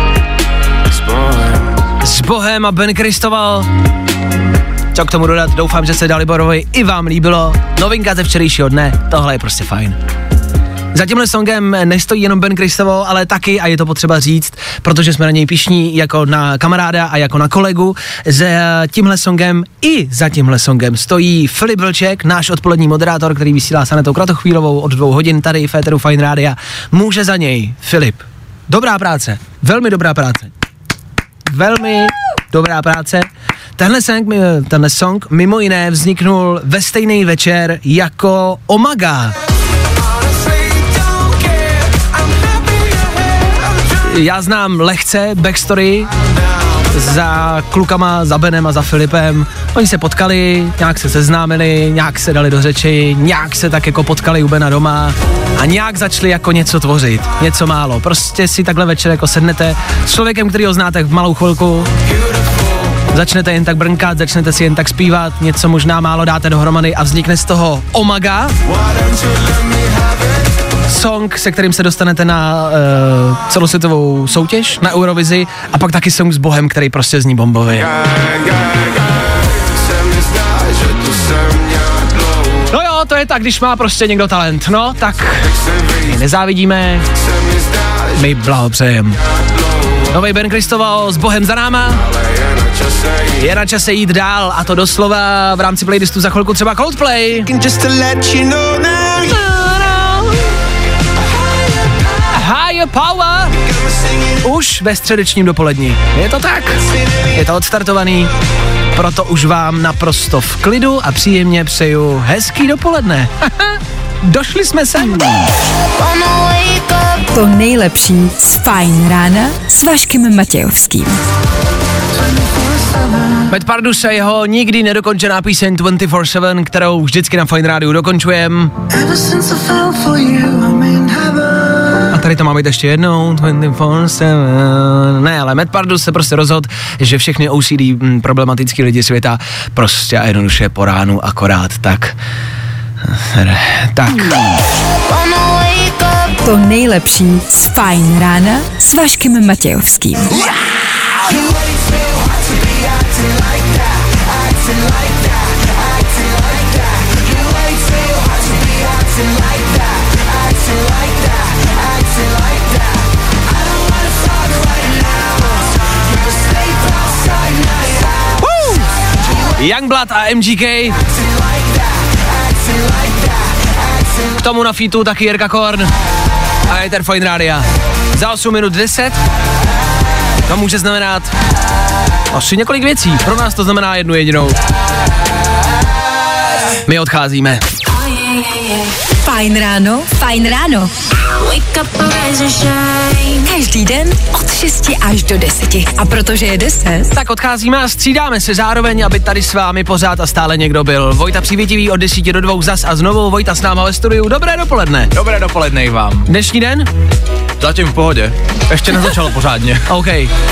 S Bohem a Ben Kristoval. Co k tomu dodat, doufám, že se Daliborovi i vám líbilo. Novinka ze včerejšího dne, tohle je prostě fajn. Za tímhle songem nestojí jenom Ben Kristoval, ale taky, a je to potřeba říct, protože jsme na něj pyšní jako na kamaráda a jako na kolegu, za tímhle songem stojí Filip Vlček, náš odpolední moderátor, který vysílá s Anetou Kratochvílovou od 2 hodin tady v éteru Fajn Rádia. Může za něj Filip. Dobrá práce, velmi dobrá práce. Velmi dobrá práce. Tenhle song mimo jiné vzniknul ve stejný večer jako Omaga. Já znám lehce backstory za klukama, za Benem a za Filipem. Oni se potkali, nějak se seznámili, nějak se dali do řeči, nějak se tak jako potkali u Bena doma a nějak začali jako něco tvořit, něco málo. Prostě si takhle večer jako sednete s člověkem, který ho znáte v malou chvilku, začnete jen tak brnkat, začnete si jen tak zpívat, něco možná málo dáte dohromady a vznikne z toho Omaga. Song, se kterým se dostanete na celosvětovou soutěž, na Eurovizi, a pak taky song s Bohem, který prostě zní bombově. to je tak, když má prostě někdo talent. No, tak my nezávidíme, my blahopřejeme. Nový Ben Cristoval s Bohem za náma. Je na čase jít dál, a to doslova v rámci playlistu za chvilku třeba Coldplay. Higher Power už ve středečním dopoledni. Je to tak? Je to odstartovaný, proto už vám naprosto v klidu a příjemně přeju hezký dopoledne. Došli jsme sem. To nejlepší z Fajn rána s Vaškem Matějovským. Matt Pardus a jeho nikdy nedokončená píseň 24/7, kterou vždycky na Fajn rádiu dokončujem. A tady to má být ještě jednou, 24/7. Ne, ale Matt Pardus se prostě rozhodl, že všechny OCD problematický lidi světa prostě a jednoduše po ránu akorát tak. To nejlepší z Fajn rána s Vaškem Matějovským. Youngblood a MGK. K tomu na featu taky Jirka Korn a Ether Fajn rádia. Za 8 minut 10. To může znamenat asi několik věcí. Pro nás to znamená jednu jedinou. My odcházíme. Fajn ráno, Fajn ráno. Každý den od 6 až do 10. A protože je 10, tak odcházíme a střídáme se zároveň, aby tady s vámi pořád a stále někdo byl. Vojta Přívětivý od 10 do 2 zas a znovu. Vojta s náma ve studiu. Dobré dopoledne. Dobré dopoledne i vám. Dnešní den? Zatím v pohodě. Ještě nezačalo pořádně. OK.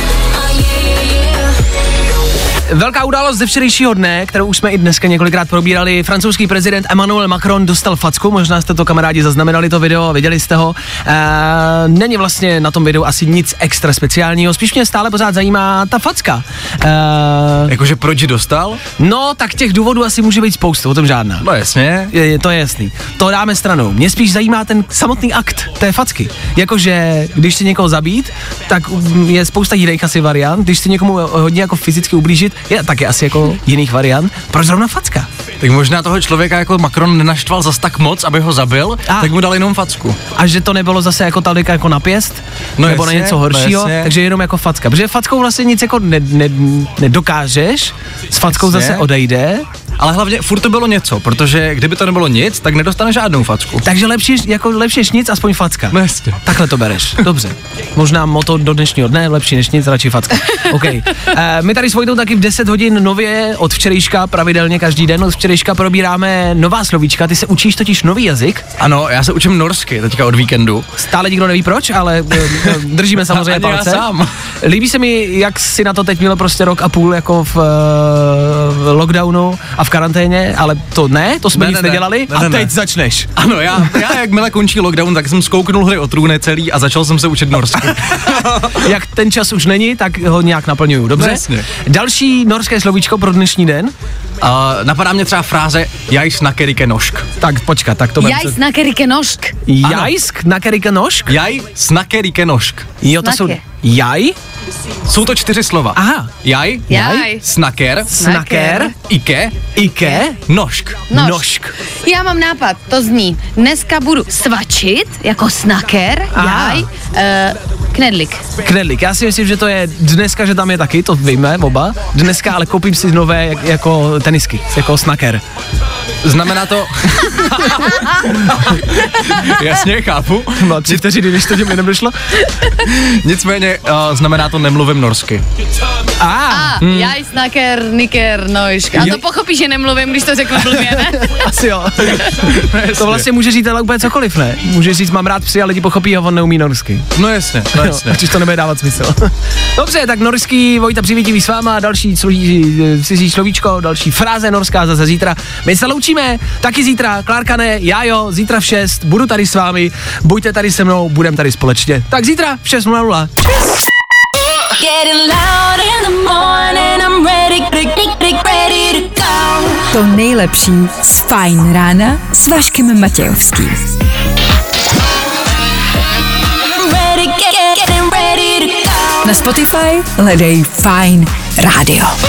Velká událost ze včerejšího dne, kterou už jsme i dneska několikrát probírali. Francouzský prezident Emmanuel Macron dostal facku, možná jste to kamarádi zaznamenali to video, viděli jste ho. Není vlastně na tom videu asi nic extra speciálního, spíš mě stále pořád zajímá ta facka. Jakože proč ji dostal? No, tak těch důvodů asi může být spoustu, o tom žádná. No jasně. To je jasný. To dáme stranou. Mě spíš zajímá ten samotný akt té facky. Jakože, když chci někoho zabít, tak je spousta jiných asi variant. Když chci někomu hodně jako fyzicky ublížit, je taky asi jako jiných variant. Proč zrovna facka? Tak možná toho člověka jako Macron nenaštval zas tak moc, aby ho zabil, tak mu dal jenom facku. A že to nebylo zase jako talika jako na pěst? No nebo jasně, na něco horšího? Takže jenom jako facka. Protože fackou vlastně nic jako nedokážeš, s fackou zase odejde. Ale hlavně furt to bylo něco, protože kdyby to nebylo nic, tak nedostane žádnou facku. Takže lepší než nic, aspoň facka. No jasně. Takhle to bereš. Dobře. Možná moto do dnešního dne, lepší než nic, radši facka. OK. My tady s Vojtou taky v 10 hodin nově od včerejška, pravidelně každý den od včerejška probíráme nová slovíčka. Ty se učíš totiž nový jazyk? Ano, já se učím norsky teďka od víkendu. Stále nikdo neví proč, ale držíme samozřejmě palce. Sám. Líbí se mi, jak si na to teď měl prostě rok a půl jako v lockdownu a v karanténě, ale to jsme nic nedělali a teď začneš. Ano, já jakmile končí lockdown, tak jsem zkouknul Hry o trůny celý a začal jsem se učit norsky. Jak ten čas už není, tak ho nějak naplňuju, dobře? Jasně. Další norské slovíčko pro dnešní den? Napadá mě třeba fráze jaj snakerike nošk. Tak počkat, tak to bude. Jaj snakerike nošk. Jaj snakerike nošk? Jaj snakerike nošk. Jo, to jsou jaj? Jsou to 4 slova. Aha. Jaj, snaker, ike, nošk. Já mám nápad, to zní, dneska budu svačit, jako snaker, jaj, knedlik. Já si myslím, že to je dneska, že tam je taky, to víme oba. Dneska ale koupím si nové jako tenisky, jako snaker. Znamená to... Jasně, chápu. No 3 vteřiny, když to mi nedošlo. Nicméně znamená to nemluvím norsky. Jaj, snaker, niker, nošk. A to pochopíš, že nemluvím, když to řeknu blbě, ne? Asi jo. To vlastně může říct ale úplně cokoliv, ne? Může říct, mám rád psy, ale lidi pochopí a on neumí norsky. No jasně. Čiž to nebude dávat smysl. Dobře, tak norský Vojta Přivětivý s váma, další cizí slovíčko, další fráze norská zase zítra. My se loučíme, taky zítra, Klárka ne, já jo, zítra v 6, budu tady s vámi, buďte tady se mnou, budeme tady společně. Tak zítra v 6:00. To nejlepší z Fajn rána s Vaškem Matějovským. Na Spotify hledej Fajn rádio.